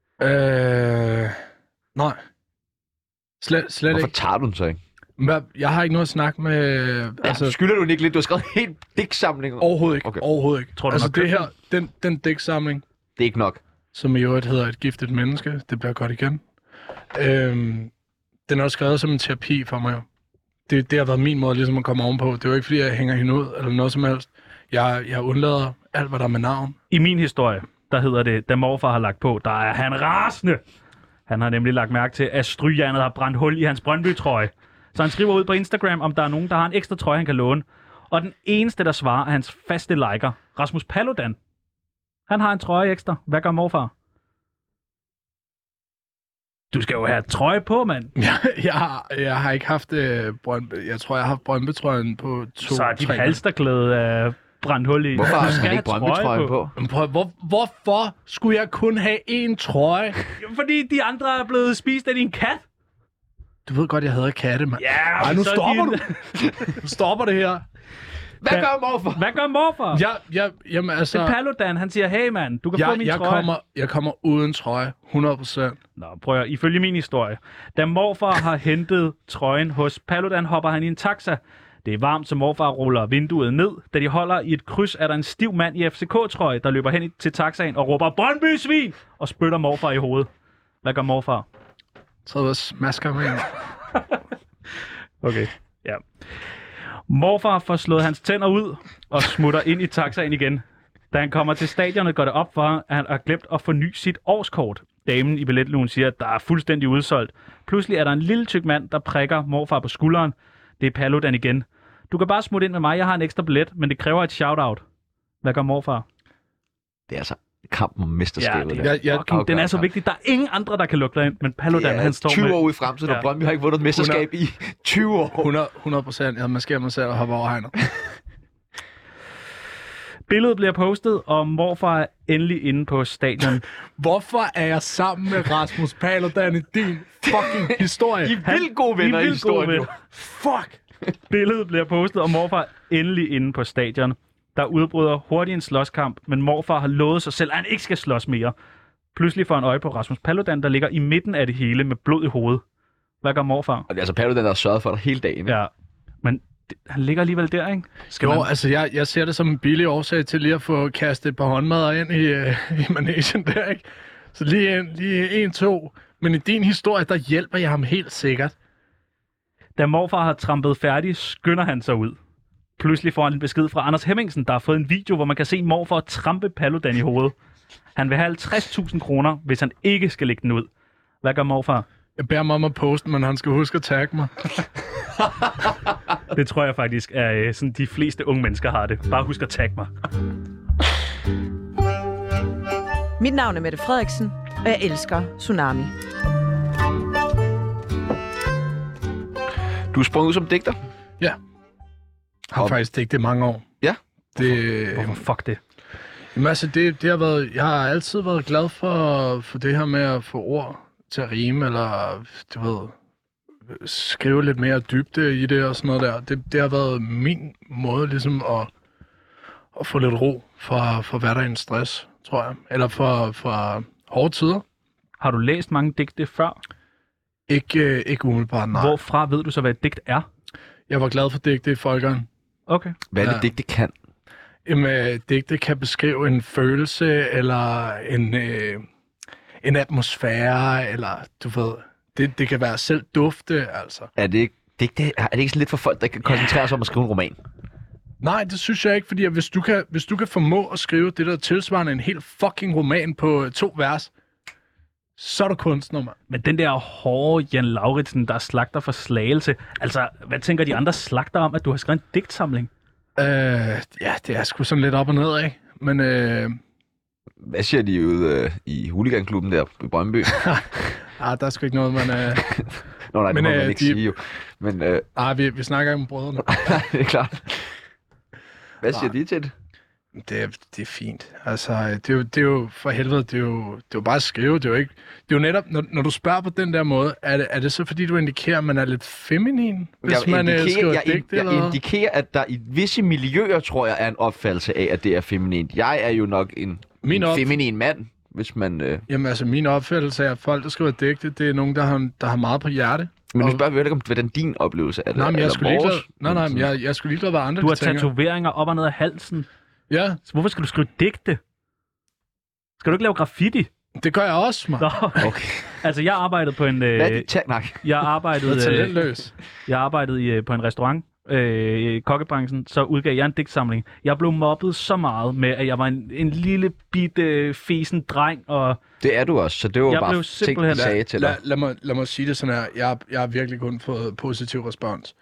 Nej. Slet Hvorfor ikke. tager du den så ikke? Jeg har ikke noget at snakke med... Altså, skylder du den ikke lidt? Du har skrevet helt digtsamling. Overhovedet ikke. Okay. Overhovedet ikke. Tror du altså, det her... den digtsamling, Det er ikke nok. som i øvrigt hedder Et giftigt menneske, det bliver godt igen. Den er også skrevet som en terapi for mig. Det har været min måde ligesom at komme ovenpå. Det er jo ikke, fordi jeg hænger hende ud eller noget som helst. Jeg undlader alt, hvad der er med navn. I min historie, der hedder det, da morfar har lagt på, der er han rasende. Han har nemlig lagt mærke til, at strygernet har brændt hul i hans Brøndby-trøje. Så han skriver ud på Instagram, om der er nogen, der har en ekstra trøje, han kan låne. Og den eneste, der svarer, er hans faste liker, Rasmus Paludan. Han har en trøje ekstra. Hvad gør morfar? Du skal jo have trøje på, mand. Jeg har ikke haft Brøndby. Jeg tror, jeg har haft Brøndby-trøjen på 2-3. Så er dit halsterklæde brændt hul i. Hvorfor har skal han ikke have Brøndby-trøjen på? Hvorfor skulle jeg kun have én trøje? Fordi de andre er blevet spist af din kat. Du ved godt, jeg hader katte, mand. Ja, Ej, nu så stopper din- du. Nu stopper det her. Hvad gør morfar? Hvad gør morfar? Jamen altså... Det er Paludan, han siger, hey mand, du kan få min trøje. Jeg kommer uden trøje, 100%. Nå, prøv at, ifølge min historie. Da morfar har hentet trøjen hos Paludan, hopper han i en taxa. Det er varmt, så morfar ruller vinduet ned. Da de holder i et kryds, er der en stiv mand i FCK-trøje, der løber hen til taxaen og råber, Brøndby-svin! Og spytter morfar i hovedet. Hvad gør morfar? Så jeg smasker med. Okay, ja. Morfar får slået hans tænder ud og smutter ind i taxaen igen. Da han kommer til stadionet, går det op for, at han har glemt at forny sit årskort. Damen i billetlugen siger, at der er fuldstændig udsolgt. Pludselig er der en lille tyk mand, der prikker morfar på skulderen. Det er Paludan igen. Du kan bare smutte ind med mig, jeg har en ekstra billet, men det kræver et shout-out. Hvad gør morfar? Det er altså kampen om mesterskabet. Ja, der. Fucking, den er så vigtig. Der er ingen andre, der kan lukke dig ind, men Paludan, han står 20 med... år i fremtiden, og Brøndby har ikke vundet et mesterskab i 20 år. 100%. Jeg maskerer mig selv og hopper over hegnet. Billedet bliver postet, og morfar er endelig inde på stadion. Hvorfor er jeg sammen med Rasmus Paludan i din fucking historie? I er vildt gode venner i historien, jo. Fuck! Billedet bliver postet, og morfar er endelig inde på stadion. Der udbryder hurtigt en slåskamp, men morfar har lovet sig selv, at han ikke skal slås mere. Pludselig får han øje på Rasmus Paludan, der ligger i midten af det hele med blod i hovedet. Hvad gør morfar? Og det er altså Paludan, der har sørget for dig hele dagen. Ja, men han ligger alligevel der, ikke? Altså jeg ser det som en billig årsag til lige at få kastet et par håndmadder ind i manesien der, ikke? Så lige 1-2. Men i din historie, der hjælper jeg ham helt sikkert. Da morfar har trampet færdig, skynder han sig ud. Pludselig får han en besked fra Anders Hemmingsen, der har fået en video, hvor man kan se morfar trampe Paludan i hovedet. Han vil have 50.000 kroner, hvis han ikke skal lægge den ud. Hvad gør morfar? Jeg beder mig om at poste, men han skal huske at tagge mig. Det tror jeg faktisk er sådan, de fleste unge mennesker har det. Bare husk at tagge mig. Mit navn er Mette Frederiksen, og jeg elsker Tsunami. Du er sprunget ud som digter. Ja. Har faktisk digtet i mange år. Ja. Hvorfor fuck det? Jamen altså, det har været... Jeg har altid været glad for det her med at få ord til at rime, eller du ved, skrive lidt mere dybde i det og sådan noget der. Det har været min måde ligesom at få lidt ro for hverdagens stress, tror jeg. Eller for hårde tider. Har du læst mange digte før? Ikke umiddelbart, nej. Hvorfra ved du så, hvad et digt er? Jeg var glad for digte i Folkeren. Okay. Hvad er det, digte kan? Jamen, digte kan beskrive en følelse, eller en atmosfære, eller du ved, det kan være selv dufte, altså. Er det ikke sådan lidt for folk, der kan koncentrere sig om at skrive en roman? Nej, det synes jeg ikke, fordi hvis du kan formå at skrive det der tilsvarende en helt fucking roman på 2 vers, så er du kunstner, mand. Men den der hårde Jan Lauritsen, der slagter for Slagelse, altså, hvad tænker de andre slagter om, at du har skrevet en digtsamling? Ja, det er sgu sådan lidt op og ned, ikke? Men Hvad siger de ude i Hooligan-klubben der i Brøndby? der er sgu ikke noget, man... Nå nej, det Men, må man ikke sige jo. Men vi snakker ikke om brødrene. det er klart. Hvad siger de til det? Det er fint. Altså, det er jo for helvede, det er jo bare at skrive. Det er jo netop, når du spørger på den der måde, er det så fordi, du indikerer, at man er lidt feminin, hvis man skriver digte? Jeg indikerer, at der i visse miljøer, tror jeg, er en opfattelse af, at det er feminint. Jeg er jo nok en feminin mand, hvis man... Jamen altså, min opfattelse er, at folk, der skriver digte, det er nogen, der har meget på hjerte. Men nu spørger vi jo ikke om, hvordan din oplevelse er det. Nej, men jeg skulle lige hvad andre Du har tatoveringer op og ned af halsen. Ja. Så hvorfor skal du skrive digte? Skal du ikke lave graffiti? Det gør jeg også, man. Nå, Okay. altså jeg arbejdede på en... Hvad er dit nej. Jeg arbejdede, talentløs. jeg arbejdede på en restaurant, i kokkebranchen, så udgav jeg en digtsamling. Jeg blev mobbet så meget med, at jeg var en lille bitte fesen dreng, og Det er du også, så det var Jeg bare blev ting, simpelthen- du sagde til dig. Lad mig sige det sådan her. Jeg har virkelig kun fået positiv respons.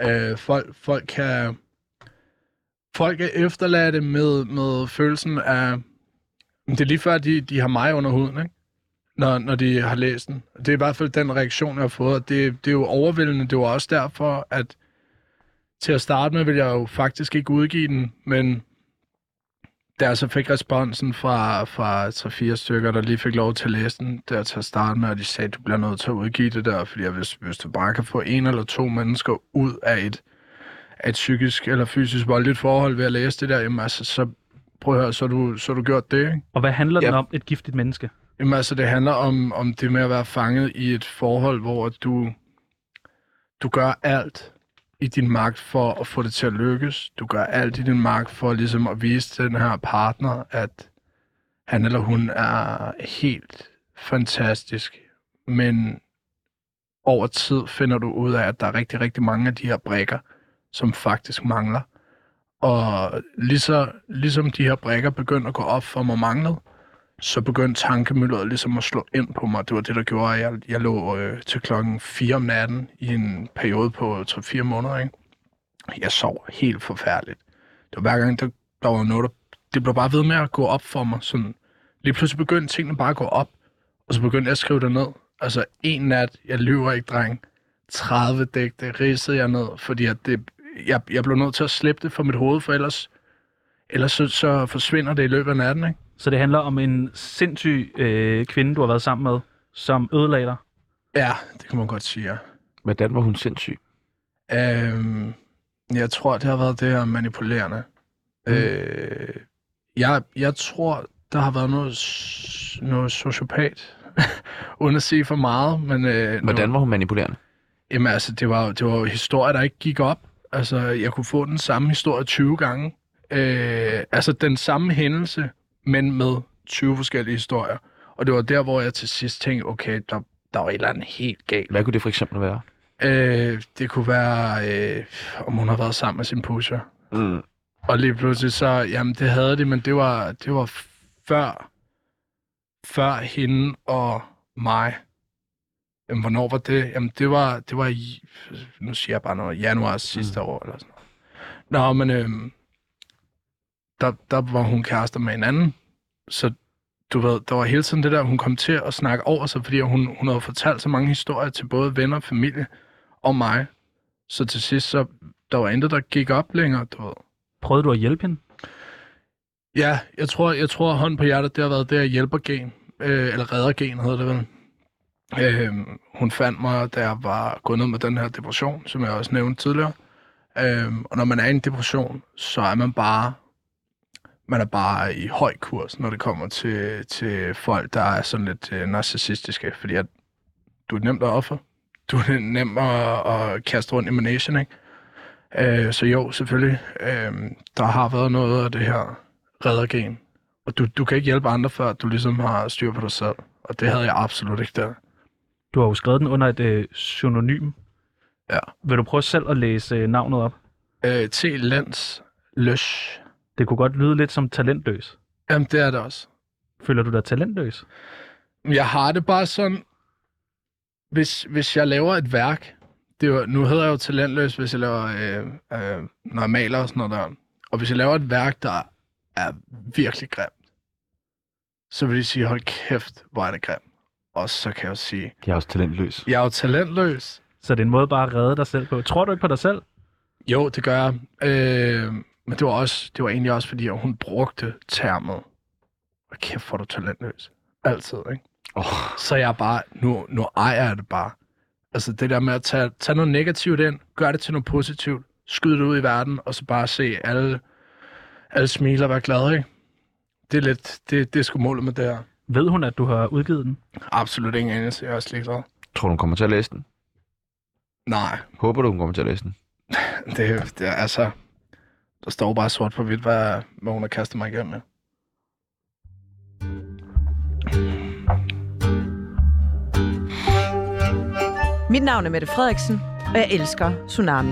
Folk er efterladte med følelsen af... Det er lige før, de har mig under huden, ikke? Når de har læst den. Det er i hvert fald den reaktion, jeg har fået. Og det er jo overvældende. Det var også derfor, at til at starte med, ville jeg jo faktisk ikke udgive den, men da jeg så fik responsen fra 3-4 stykker, der lige fik lov til at læse den, der til at starte med, og de sagde, du bliver nødt til at udgive det der, fordi hvis du bare kan få 1 eller 2 mennesker ud af et psykisk eller fysisk voldeligt forhold ved at læse det der, jamen altså, så prøv at høre, så har du gjort det, ikke? hvad handler den Ja. om, et giftigt menneske? Jamen altså, det handler om det med at være fanget i et forhold, hvor du gør alt i din magt for at få det til at lykkes. Du gør alt i din magt for ligesom at vise den her partner, at han eller hun er helt fantastisk. Men over tid finder du ud af, at der er rigtig, rigtig mange af de her brikker, som faktisk mangler. Og ligesom de her brikker begyndte at gå op for mig manglede, så begyndte tankemølleret ligesom at slå ind på mig. Det var det, der gjorde, at jeg lå til klokken 4 om natten i en periode på 3-4 måneder. Ikke? Jeg sov helt forfærdeligt. Det var hver gang, der var noget, det blev bare ved med at gå op for mig. Sådan, lige pludselig begyndte tingene bare at gå op, og så begyndte jeg at skrive det ned. Altså en nat, jeg lyver ikke, dreng, 30 digte ridsede jeg ned, fordi at jeg blev nødt til at slippe det fra mit hoved, for ellers så forsvinder det i løbet af natten, ikke? Så det handler om en sindssyg kvinde, du har været sammen med, som ødelagde dig. Ja, det kan man godt sige, ja. Hvordan var hun sindssyg? Jeg tror, det har været det her manipulerende. Jeg tror, der har været noget sociopat, uden at sige for meget. Men, Hvordan var hun manipulerende? Jamen altså, det var jo historier, der ikke gik op. Altså, jeg kunne få den samme historie 20 gange. Altså, den samme hændelse, men med 20 forskellige historier. Og det var der, hvor jeg til sidst tænkte, okay, der var et eller andet helt galt. Hvad kunne det for eksempel være? Det kunne være, om hun har været sammen med sin pusher. Mm. Og lige pludselig så, jamen det havde de, men det var før hende og mig. Jamen, hvornår var det? Jamen det var i, nu siger jeg bare noget, januar sidste år eller sådan noget. Nå, men der var hun kærester med en anden, så du ved, der var hele tiden det der, hun kom til at snakke over sig, fordi hun havde fortalt så mange historier til både venner og familie og mig. Så til sidst, så der var intet, der gik op længere, du ved. Prøvede du at hjælpe hende? Ja, jeg tror hånd på hjertet, det har været det her hjælpergen, eller reddergen hedder det vel. Hun fandt mig, da jeg var gået ned med den her depression, som jeg også nævnte tidligere. Og når man er i en depression, så er man er bare i høj kurs, når det kommer til folk, der er sådan lidt narcissistiske, fordi at du er nemt at offer. Du er nemt at kaste rundt i managen, ikke? Så jo, selvfølgelig, der har været noget af det her reddergen. Og du kan ikke hjælpe andre, før du ligesom har styr på dig selv. Og det havde jeg absolut ikke der. Du har jo skrevet den under et synonym. Ja. Vil du prøve selv at læse navnet op? T. Lens Løs. Det kunne godt lyde lidt som talentløs. Jamen, det er det også. Føler du dig talentløs? Jeg har det bare sådan, hvis jeg laver et værk, nu hedder jeg jo talentløs, hvis jeg laver, når jeg maler og sådan noget der. Og hvis jeg laver et værk, der er virkelig grimt, så vil de sige, hold kæft, hvor er det grimt. Og så kan jeg jo sige, Jeg er også talentløs. jeg er jo talentløs. Så det er en måde bare at redde dig selv på. Tror du ikke på dig selv? Jo, det gør jeg. Men det var egentlig også, fordi hun brugte termet, hvor kæft, hvor er du talentløs. Altid, ikke? Så jeg bare, nu ejer jeg det bare. Altså det der med at tage noget negativt ind, gør det til noget positivt, skyde det ud i verden, og så bare se alle smiler og være glade, ikke? Det er lidt, det er sgu målet med det her. Ved hun, at du har udgivet den? Absolut ingen anelse, jeg er også ligeglad. Tror du, hun kommer til at læse den? Nej, Håber du, hun kommer til at læse den? det er altså, der står bare sort på hvidt, hvad hun har kastet mig igennem med. Mit navn er Mette Frederiksen, og jeg elsker Tsunami.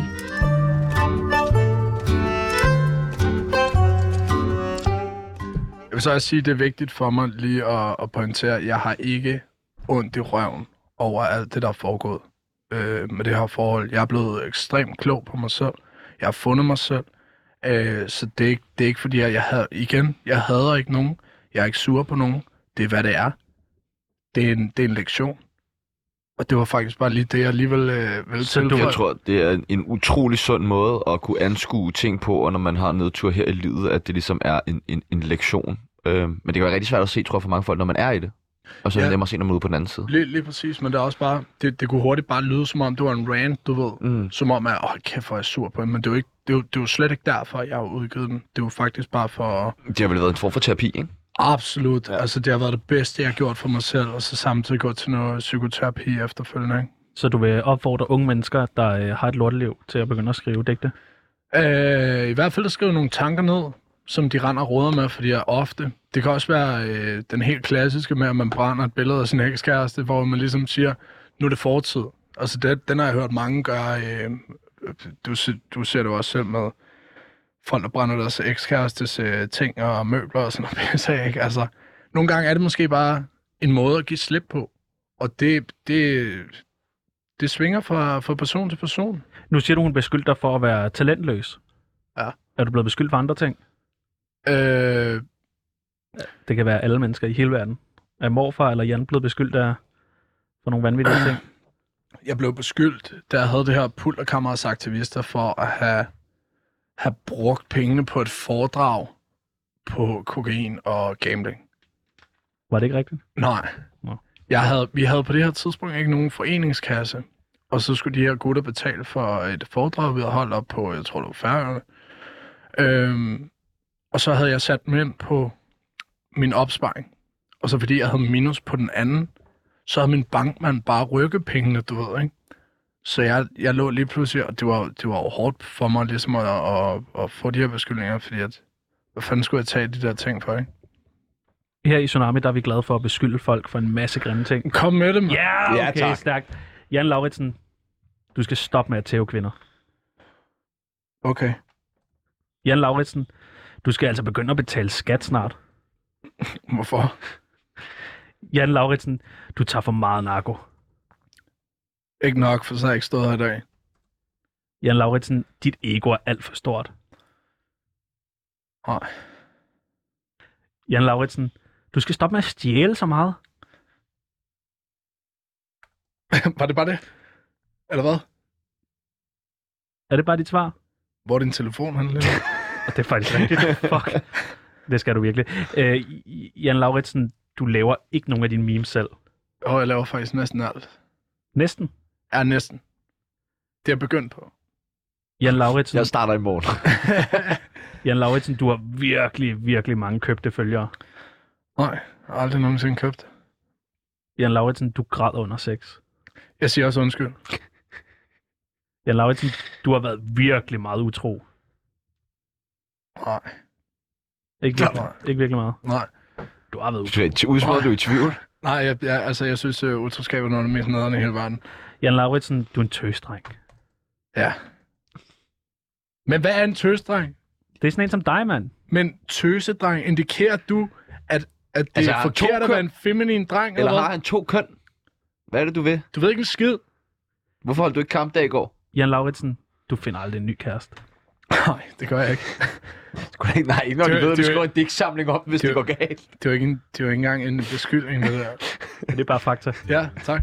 Jeg vil så også sige, at det er vigtigt for mig lige at pointere, at jeg har ikke ondt i røven over alt det, der er foregået med det her forhold. Jeg er blevet ekstremt klog på mig selv. Jeg har fundet mig selv. Så det er ikke fordi, jeg hader ikke nogen. Jeg er ikke sur på nogen. Det er, hvad det er. Det er en lektion. Og det var faktisk bare lige det, jeg alligevel ville tilføje. Jeg tror, det er en utrolig sund måde at kunne anskue ting på, og når man har nedtur her i livet, at det ligesom er en lektion. Men det kan være rigtig svært at se, tror jeg, for mange folk, når man er i det. Og så er det nemmere at se, når man er ude på den anden side. Lige præcis, men det er også bare, det kunne hurtigt bare lyde, som om det var en rant, du ved. Som om, at kæft, hvor er jeg sur på det, men det er jo slet ikke derfor, jeg har udgivet den. Det er jo faktisk bare for... Det har vel været en form for terapi, ikke? Absolut. Ja. Altså, det har været det bedste, jeg har gjort for mig selv, og så samtidig gå til noget psykoterapi efterfølgende, ikke? Så du vil opfordre unge mennesker, der har et lorteliv, til at begynde at skrive digte? I hvert fald at skrive nogle tanker ned, som de render og råder med, fordi jeg ofte... Det kan også være den helt klassiske med, at man brænder et billede af sin ekskæreste, hvor man ligesom siger, nu er det fortid. Altså, den har jeg hørt mange gøre. Du ser det også selv med folk, der brænder deres ekskærestes ting og møbler og sådan noget. Ikke? Altså, nogle gange er det måske bare en måde at give slip på. Og det svinger fra person til person. Nu siger du, hun beskylder dig for at være talentløs. Ja. Er du blevet beskyldt for andre ting? Det kan være alle mennesker i hele verden. Er morfar eller Jan blevet beskyldt for nogle vanvittige ting? Jeg blev beskyldt, da jeg havde det her pulterkammerets-aktivister for at have brugt pengene på et foredrag på kokain og gambling. Var det ikke rigtigt? Nej. Nå. Vi havde på det her tidspunkt ikke nogen foreningskasse, og så skulle de her gutter betale for et foredrag, vi havde holdt op på, jeg tror det var Færøerne. Og så havde jeg sat dem ind på min opsparing. Og så fordi jeg havde minus på den anden, så havde min bankmand bare rykket pengene, du ved, ikke? Så jeg lå lige pludselig, og det var jo hårdt for mig ligesom at få de her beskyldninger, fordi at, hvad fanden skulle jeg tage de der ting for, ikke? Her i Tsunami, der er vi glade for at beskylde folk for en masse grimme ting. Kom med dem. Ja, okay, tak. Stærkt. Jan Lauritsen, du skal stoppe med at tæve kvinder. Okay. Jan Lauritsen, du skal altså begynde at betale skat snart. Hvorfor? Jan Lauritsen, du tager for meget narko. Ikke nok, for så har jeg ikke stået her i dag. Jan Lauritsen, dit ego er alt for stort. Nej. Jan Lauritsen, du skal stoppe med at stjæle så meget. Var det bare det? Eller hvad? Er det bare dit svar? Hvor er din telefon, han ligger? Det er faktisk rigtigt. Fuck. Det skal du virkelig. Jan Lauritsen, du laver ikke nogen af dine memes selv. Jeg laver faktisk næsten alt. Næsten? Ja, næsten. Det er jeg begyndt på. Jan Lauritsen. Jeg starter i morgen. Jan Lauritsen, du har virkelig, virkelig mange købte følgere. Nej, jeg har aldrig nogensinde købt. Jan Lauritsen, du græd under sex. Jeg siger også undskyld. Jan Lauritsen, du har været virkelig meget utro. Nej. Ikke virkelig meget. Nej. Du har været utro. Udsmåder du i tvivl? Nej, jeg synes, utroskab er noget af det mest nederne i hele verden. Jan Lauritsen, du er en tøsdreng. Ja. Men hvad er en tøsdreng? Det er sådan en som dig, mand. Men tøsedreng, indikerer du, at det Altså, er forkert at være en feminin dreng? Eller hvad? har han 2 køn? Hvad er det, du vil? Du ved ikke en skid. Hvorfor holdt du ikke kampdag i går? Jan Lauritsen, du finder aldrig en ny kæreste. Nej, det gør jeg ikke. Nej, ikke når du ved, at du skriver en digtsamling op, hvis det går galt. Det er jo ikke engang en beskyldning, det der. Det er bare fakta. Ja, tak.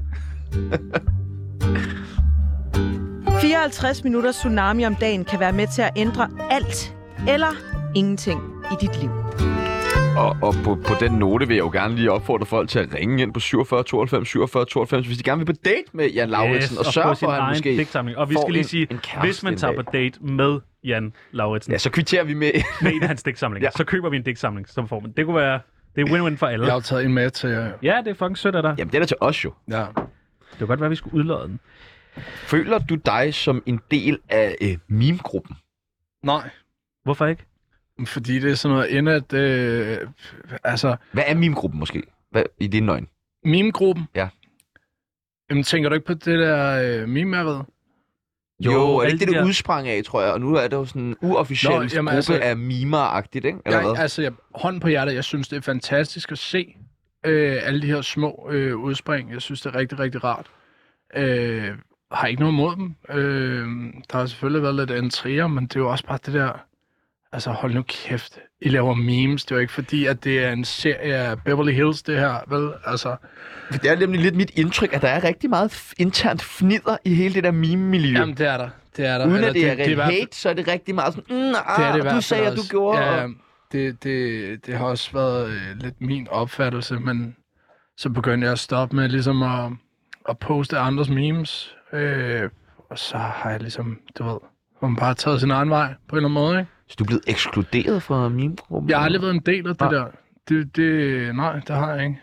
54 minutter Tsunami om dagen kan være med til at ændre alt eller ingenting i dit liv. Og på den note vil jeg jo gerne lige opfordre folk til at ringe ind på 47 92 47 92, hvis de gerne vil på date med Jan Lauritsen, og sørge for, at han måske digtsamling. Og vi skal lige sige, hvis man tager på date med Jan Lauritsen, ja, så kvitterer vi med en af hans digtsamling. Ja. Så køber vi en digtsamling, som får man. Det kunne være, det er win-win for alle. Jeg har taget en med til jer. Ja, det er fucking sødt af dig. Jamen, det er da til os jo. Ja. Det kunne godt være, at vi skulle udlade den. Føler du dig som en del af meme-gruppen? Nej. Hvorfor ikke? Fordi det er sådan noget indet, altså... Hvad er meme-gruppen måske? Hvad i dine øjne? Meme-gruppen? Ja. Jamen, tænker du ikke på det der meme, jeg ved? Jo, er det alle ikke de det, der- udsprang af, tror jeg? Og nu er det jo sådan en uofficiel gruppe af mimer-agtigt, ikke? Eller hvad? Hånden på hjertet, jeg synes, det er fantastisk at se alle de her små udspring. Jeg synes, det er rigtig, rigtig rart. Har ikke noget imod dem. Der har selvfølgelig været lidt intriger, men det er jo også bare det der... Altså, hold nu kæft. I laver memes. Det er jo ikke fordi, at det er en serie af Beverly Hills, det her, vel? Altså... Det er nemlig lidt mit indtryk, at der er rigtig meget internt fnidder i hele det der meme-miljø. Jamen, det er der. Det er der. Uden at det er det hate, så er det rigtig meget sådan, det er det du sagde, at du gjorde... Ja, det har også været lidt min opfattelse, men så begyndte jeg at stoppe med ligesom at poste andres memes. Og så har jeg ligesom, du ved, man bare taget sin egen vej på en eller anden måde, ikke? Så du er blevet ekskluderet fra meme-gruppen? Jeg har aldrig været en del af det der. Nej, det har jeg ikke.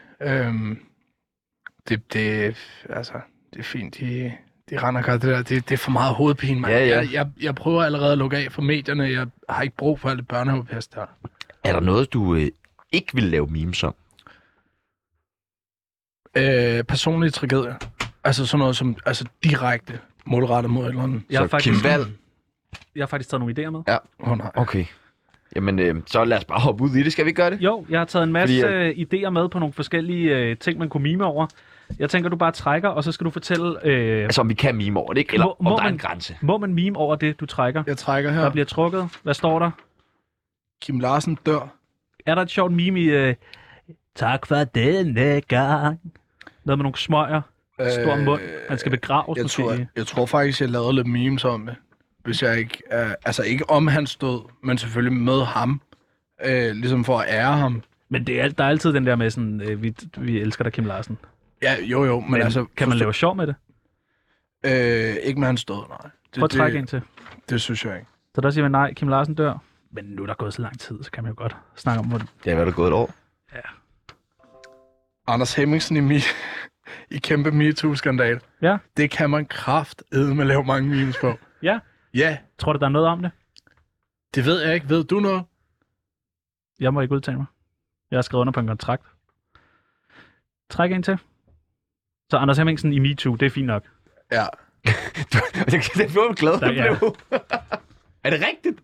Altså, det er fint, de render godt det der. Det er for meget hovedpine, mand. Ja. Jeg prøver allerede at lukke af for medierne. Jeg har ikke brug for alt det børnehavepest der. Er der noget, du ikke vil lave memes om? Personlige tragedier. Altså sådan noget som direkte målrettet mod et eller andet. Jeg har Så faktisk, Kim Wall. jeg har faktisk taget nogle idéer med. Ja. Nej. Okay. Jamen, så lad os bare hoppe ud i det. Skal vi ikke gøre det? Jo, jeg har taget en masse idéer med på nogle forskellige ting, man kunne mime over. Jeg tænker, du bare trækker, og så skal du fortælle... Altså, om vi kan meme over det, ikke? Eller om der er en grænse. Må man mime over det, du trækker? Jeg trækker her. Der bliver trukket. Hvad står der? Kim Larsen dør. Er der et sjovt meme i... tak for denne gang. Noget med nogle smøger. Stor mund. Man skal begraves måske. Jeg tror faktisk, jeg lavede lidt memes om det. Hvis jeg ikke... altså ikke om hans død, men selvfølgelig med ham. Ligesom for at ære ham. Men der er altid den der med sådan... vi elsker dig, Kim Larsen. Ja, jo. Men altså... Kan man lave sjov med det? Ikke med hans død, nej. Prøv at trække ind til. Det synes jeg ikke. Så der siger man nej, Kim Larsen dør. Men nu er der gået så lang tid, så kan man jo godt snakke om det. Det har været gået et år. Ja. Anders Hemmingsen i kæmpe MeToo-skandal. Ja. Det kan man kraftedeme lave mange memes på. Ja. Ja. Tror du, der er noget om det? Det ved jeg ikke. Ved du noget? Jeg må ikke udtale mig. Jeg har skrevet under på en kontrakt. Træk ind til. Så Anders Hemmingsen i MeToo, det er fint nok. Ja. Det blev jeg glad for. Ja. Er det rigtigt?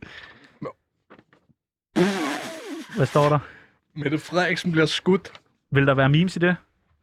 Hvad står der? Mette Frederiksen bliver skudt. Vil der være memes i det?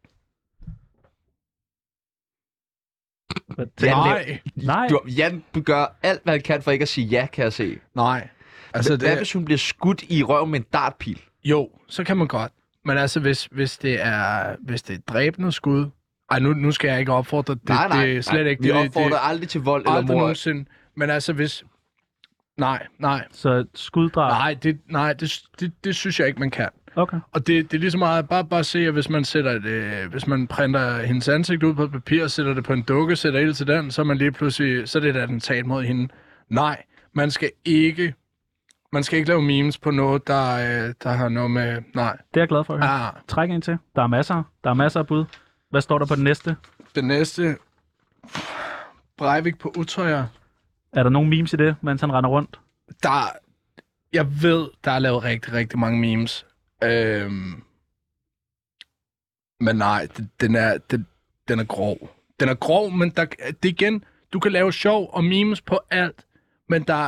Nej. Nej. Jan gør alt, hvad han kan for ikke at sige ja, kan jeg se. Nej. Altså, Hvad hvis hun bliver skudt i røven med en dartpil? Jo, så kan man godt. Men altså, hvis det er dræbende skud... Ej, nu skal jeg ikke opfordre det. Nej. Det er slet ikke... Vi det, opfordrer aldrig til vold eller aldrig mord. nogensinde. Men altså, hvis... Nej. Så skuddrab? Det synes jeg ikke, man kan. Okay. Og det er lige så meget, bare se, at hvis man printer hendes ansigt ud på et papir, sætter det på en dukke, sætter ild til den, så er man lige pludselig, så er det et attentat mod hende. Nej, man skal ikke lave memes på noget, der har noget med, nej. Det er jeg glad for at høre. Ah, Træk ind til. Der er masser af bud. Hvad står der på den næste? den næste, Breivik på Utøjer, Er der nogen memes i det, mens han render rundt? jeg ved, der er lavet rigtig, rigtig mange memes. Men nej, den er grov. Den er grov, men det igen, du kan lave sjov og memes på alt, men der er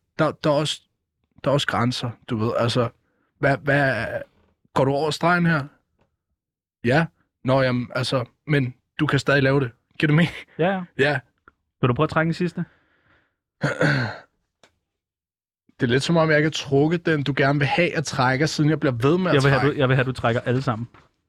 også grænser, du ved. Altså, hvad går du over stregen her? Ja. Nå, jamen, altså, men du kan stadig lave det. Giver du med? Ja. Ja. Vil du prøve at trække den sidste? Det er lidt som om, jeg ikke har trukket den, du gerne vil have at trække, siden jeg bliver ved med at trække. Jeg vil have, at du trækker alle sammen.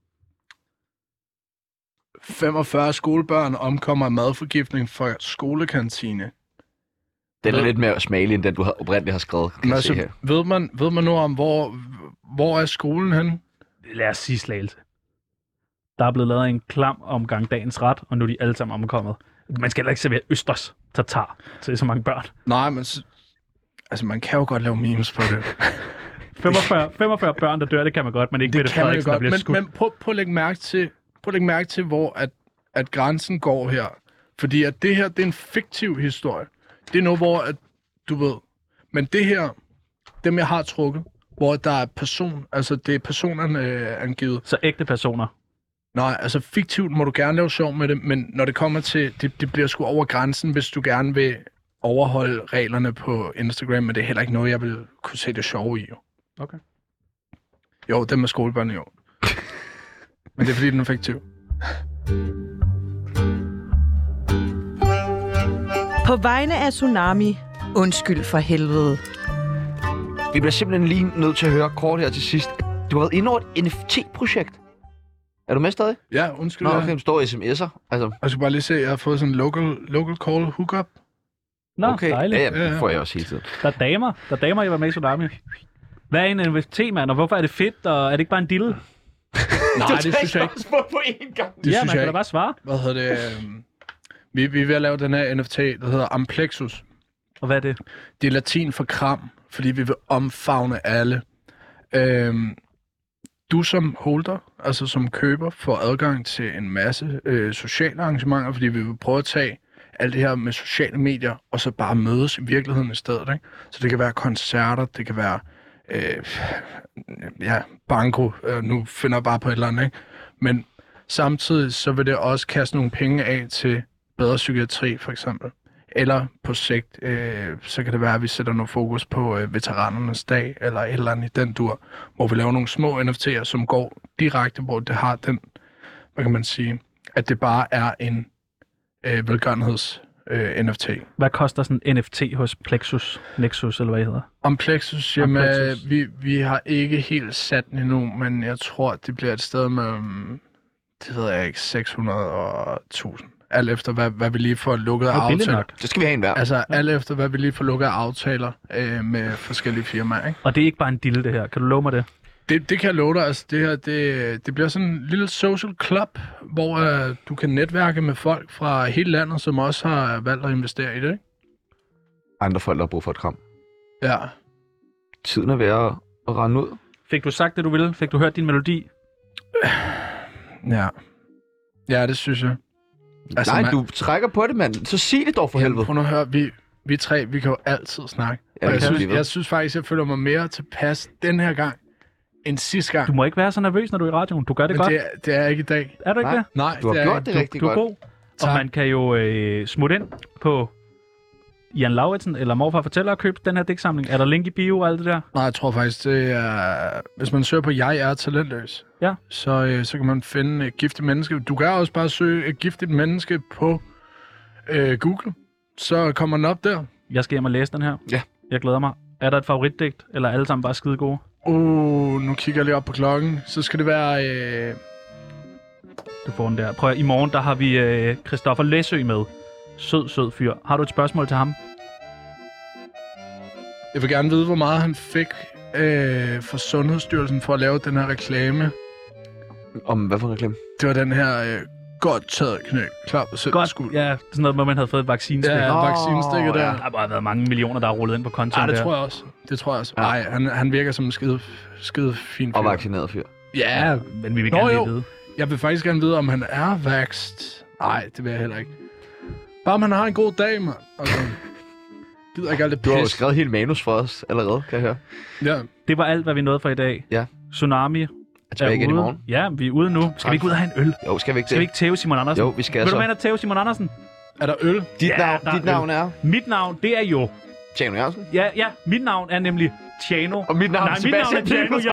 45 skolebørn omkommer af madforgiftning fra skolekantine. Den er lidt mere smagelig, end den, du oprindeligt har skrevet. Kan jeg se her. Ved man nu om, hvor er skolen henne? Lad os sige Slagelse. Der er blevet lavet en klam omgang dagens ret, og nu er de alle sammen omkommet. Man skal heller ikke servere østers tatar til så mange børn. Nej, men altså, man kan jo godt lave memes på det. 45 børn, der dør, det kan man godt, men ikke Mette Frederiksen, der bliver skudt. Men prøv at lægge mærke til, hvor at grænsen går her. Fordi at det her, det er en fiktiv historie. Det er noget, hvor at, du ved... Men det her, dem jeg har trukket, hvor der er person, altså det er personerne angivet. Så ægte personer? Nej, altså fiktivt må du gerne lave sjov med det, men når det kommer til, det bliver sgu over grænsen, hvis du gerne vil overholde reglerne på Instagram, men det er heller ikke noget, jeg vil kunne se det sjove i. Jo. Okay. Jo, dem med skolebørn, jo. Men det er fordi, den er fiktiv. På vegne af Tsunami, undskyld for helvede. Vi bliver simpelthen lige nødt til at høre kort her til sidst. Du har været inde over et NFT-projekt. Er du med stadig? Ja, undskyld. Nå, okay, du står sms'er. Altså. Jeg skal bare lige se, at jeg har fået sådan en local call hookup. Nå, Okay, dejligt. ja, det får jeg også hele tiden. Der er damer, I var med i Tsunami. Hvad er en NFT, mand, og hvorfor er det fedt, og er det ikke bare en dille? Nej, det synes jeg ikke. på én gang. Det Ja, synes man jeg kan da ikke. bare svare. Hvad hedder det? Vi er ved at lave den her NFT, der hedder Amplexus. Og hvad er det? Det er latin for kram, fordi vi vil omfavne alle. Du som holder, altså som køber, får adgang til en masse sociale arrangementer, fordi vi vil prøve at tage alt det her med sociale medier, og så bare mødes i virkeligheden i stedet. Ikke? Så det kan være koncerter, det kan være banko, nu finder jeg bare på et eller andet. Ikke? Men samtidig så vil det også kaste nogle penge af til bedre psykiatri, for eksempel. Eller på sigt, så kan det være, at vi sætter noget fokus på veteranernes dag, eller et eller andet i den dur, hvor vi laver nogle små NFT'er, som går direkte, hvor det har den, hvad kan man sige, at det bare er en velgørenheds NFT. Hvad koster sådan en NFT hos Nexus, eller hvad det hedder? Om Plexus, jamen, vi har ikke helt sat den endnu, men jeg tror, det bliver et sted mellem, det ved jeg ikke, 600 og 1000. Alt efter, hvad vi lige får lukket af aftaler. Det skal vi have en hver. Altså, alt efter, hvad vi lige får lukket af aftaler med forskellige firmaer, ikke? Og det er ikke bare en dille, det her. Kan du love mig det? Det kan jeg love dig. Altså, det her, det bliver sådan en lille social club, hvor du kan netværke med folk fra hele landet, som også har valgt at investere i det, ikke? Andre folk, der har brug for et kram. Ja. Tiden er ved at rende ud. Fik du sagt det, du ville? Fik du hørt din melodi? Ja. Ja, det synes jeg. Altså, nej, du trækker på det, mand. Så sig det dog for helvede. Prøv at høre, vi tre, vi kan jo altid snakke. Ja, og jeg synes faktisk, jeg føler mig mere tilpas den her gang, end sidste gang. Du må ikke være så nervøs, når du er i radioen. Du gør det Men godt. det er jeg ikke i dag. Er du ikke det? Nej, du har gjort det rigtig Du er godt. god. Tak. Og man kan jo smutte ind på Jan Lauritsen eller Morfar Fortæller og købe den her digtsamling. Er der link i bio og alt det der? Nej, jeg tror faktisk, det er... Hvis man søger på Jeg er talentløs, Ja. så kan man finde et giftigt menneske. Du kan også bare søge et giftigt menneske på Google. Så kommer den op der. Jeg skal hjem og læse den her. Ja. Jeg glæder mig. Er der et favoritdigt, eller er alle sammen bare skide gode? Nu kigger jeg lige op på klokken. Så skal det være... Du får den der. Prøv at, i morgen, der har vi Christoffer Læsø med. Sød fyr. Har du et spørgsmål til ham? Jeg vil gerne vide, hvor meget han fik fra Sundhedsstyrelsen for at lave den her reklame. Om hvad for en reklame? Det var den her godt taget knæ. Klar på selv Godt. skud. Ja, det er sådan noget, hvor man havde fået et vaccinestik. Ja, vaccinestikket der. Der har bare været mange millioner, der er rullet ind på kontoen Ja, det der. tror jeg også. Nej, han virker som en skide fin fyr. Og vaccineret fyr. Ja, Men vi vil gerne lige vide. jeg vil faktisk gerne vide, om han er vaxxed. Nej, det vil jeg heller ikke. Bare om han har en god dag, mand. Altså, gider ikke alt det Du har jo pis. skrevet helt manus for os allerede, kan jeg høre. Ja. Det var alt, hvad vi nåede for i dag. Ja. Tsunami Er tilbage igen i ude. morgen. Ja, vi er ude nu. Skal vi ikke ud og have en øl? Jo, skal vi ikke Skal vi det? ikke tæve Simon Andersen? Jo, vi skal Vil du så. med at tæve Simon Andersen? Er der øl? Dit Ja, navn, der er dit navn er? Mit navn, det er jo... Tjano Jørgensen. Ja, mit navn er nemlig Tjano. Og mit navn er Nej, mit navn er Sebastian Tjano.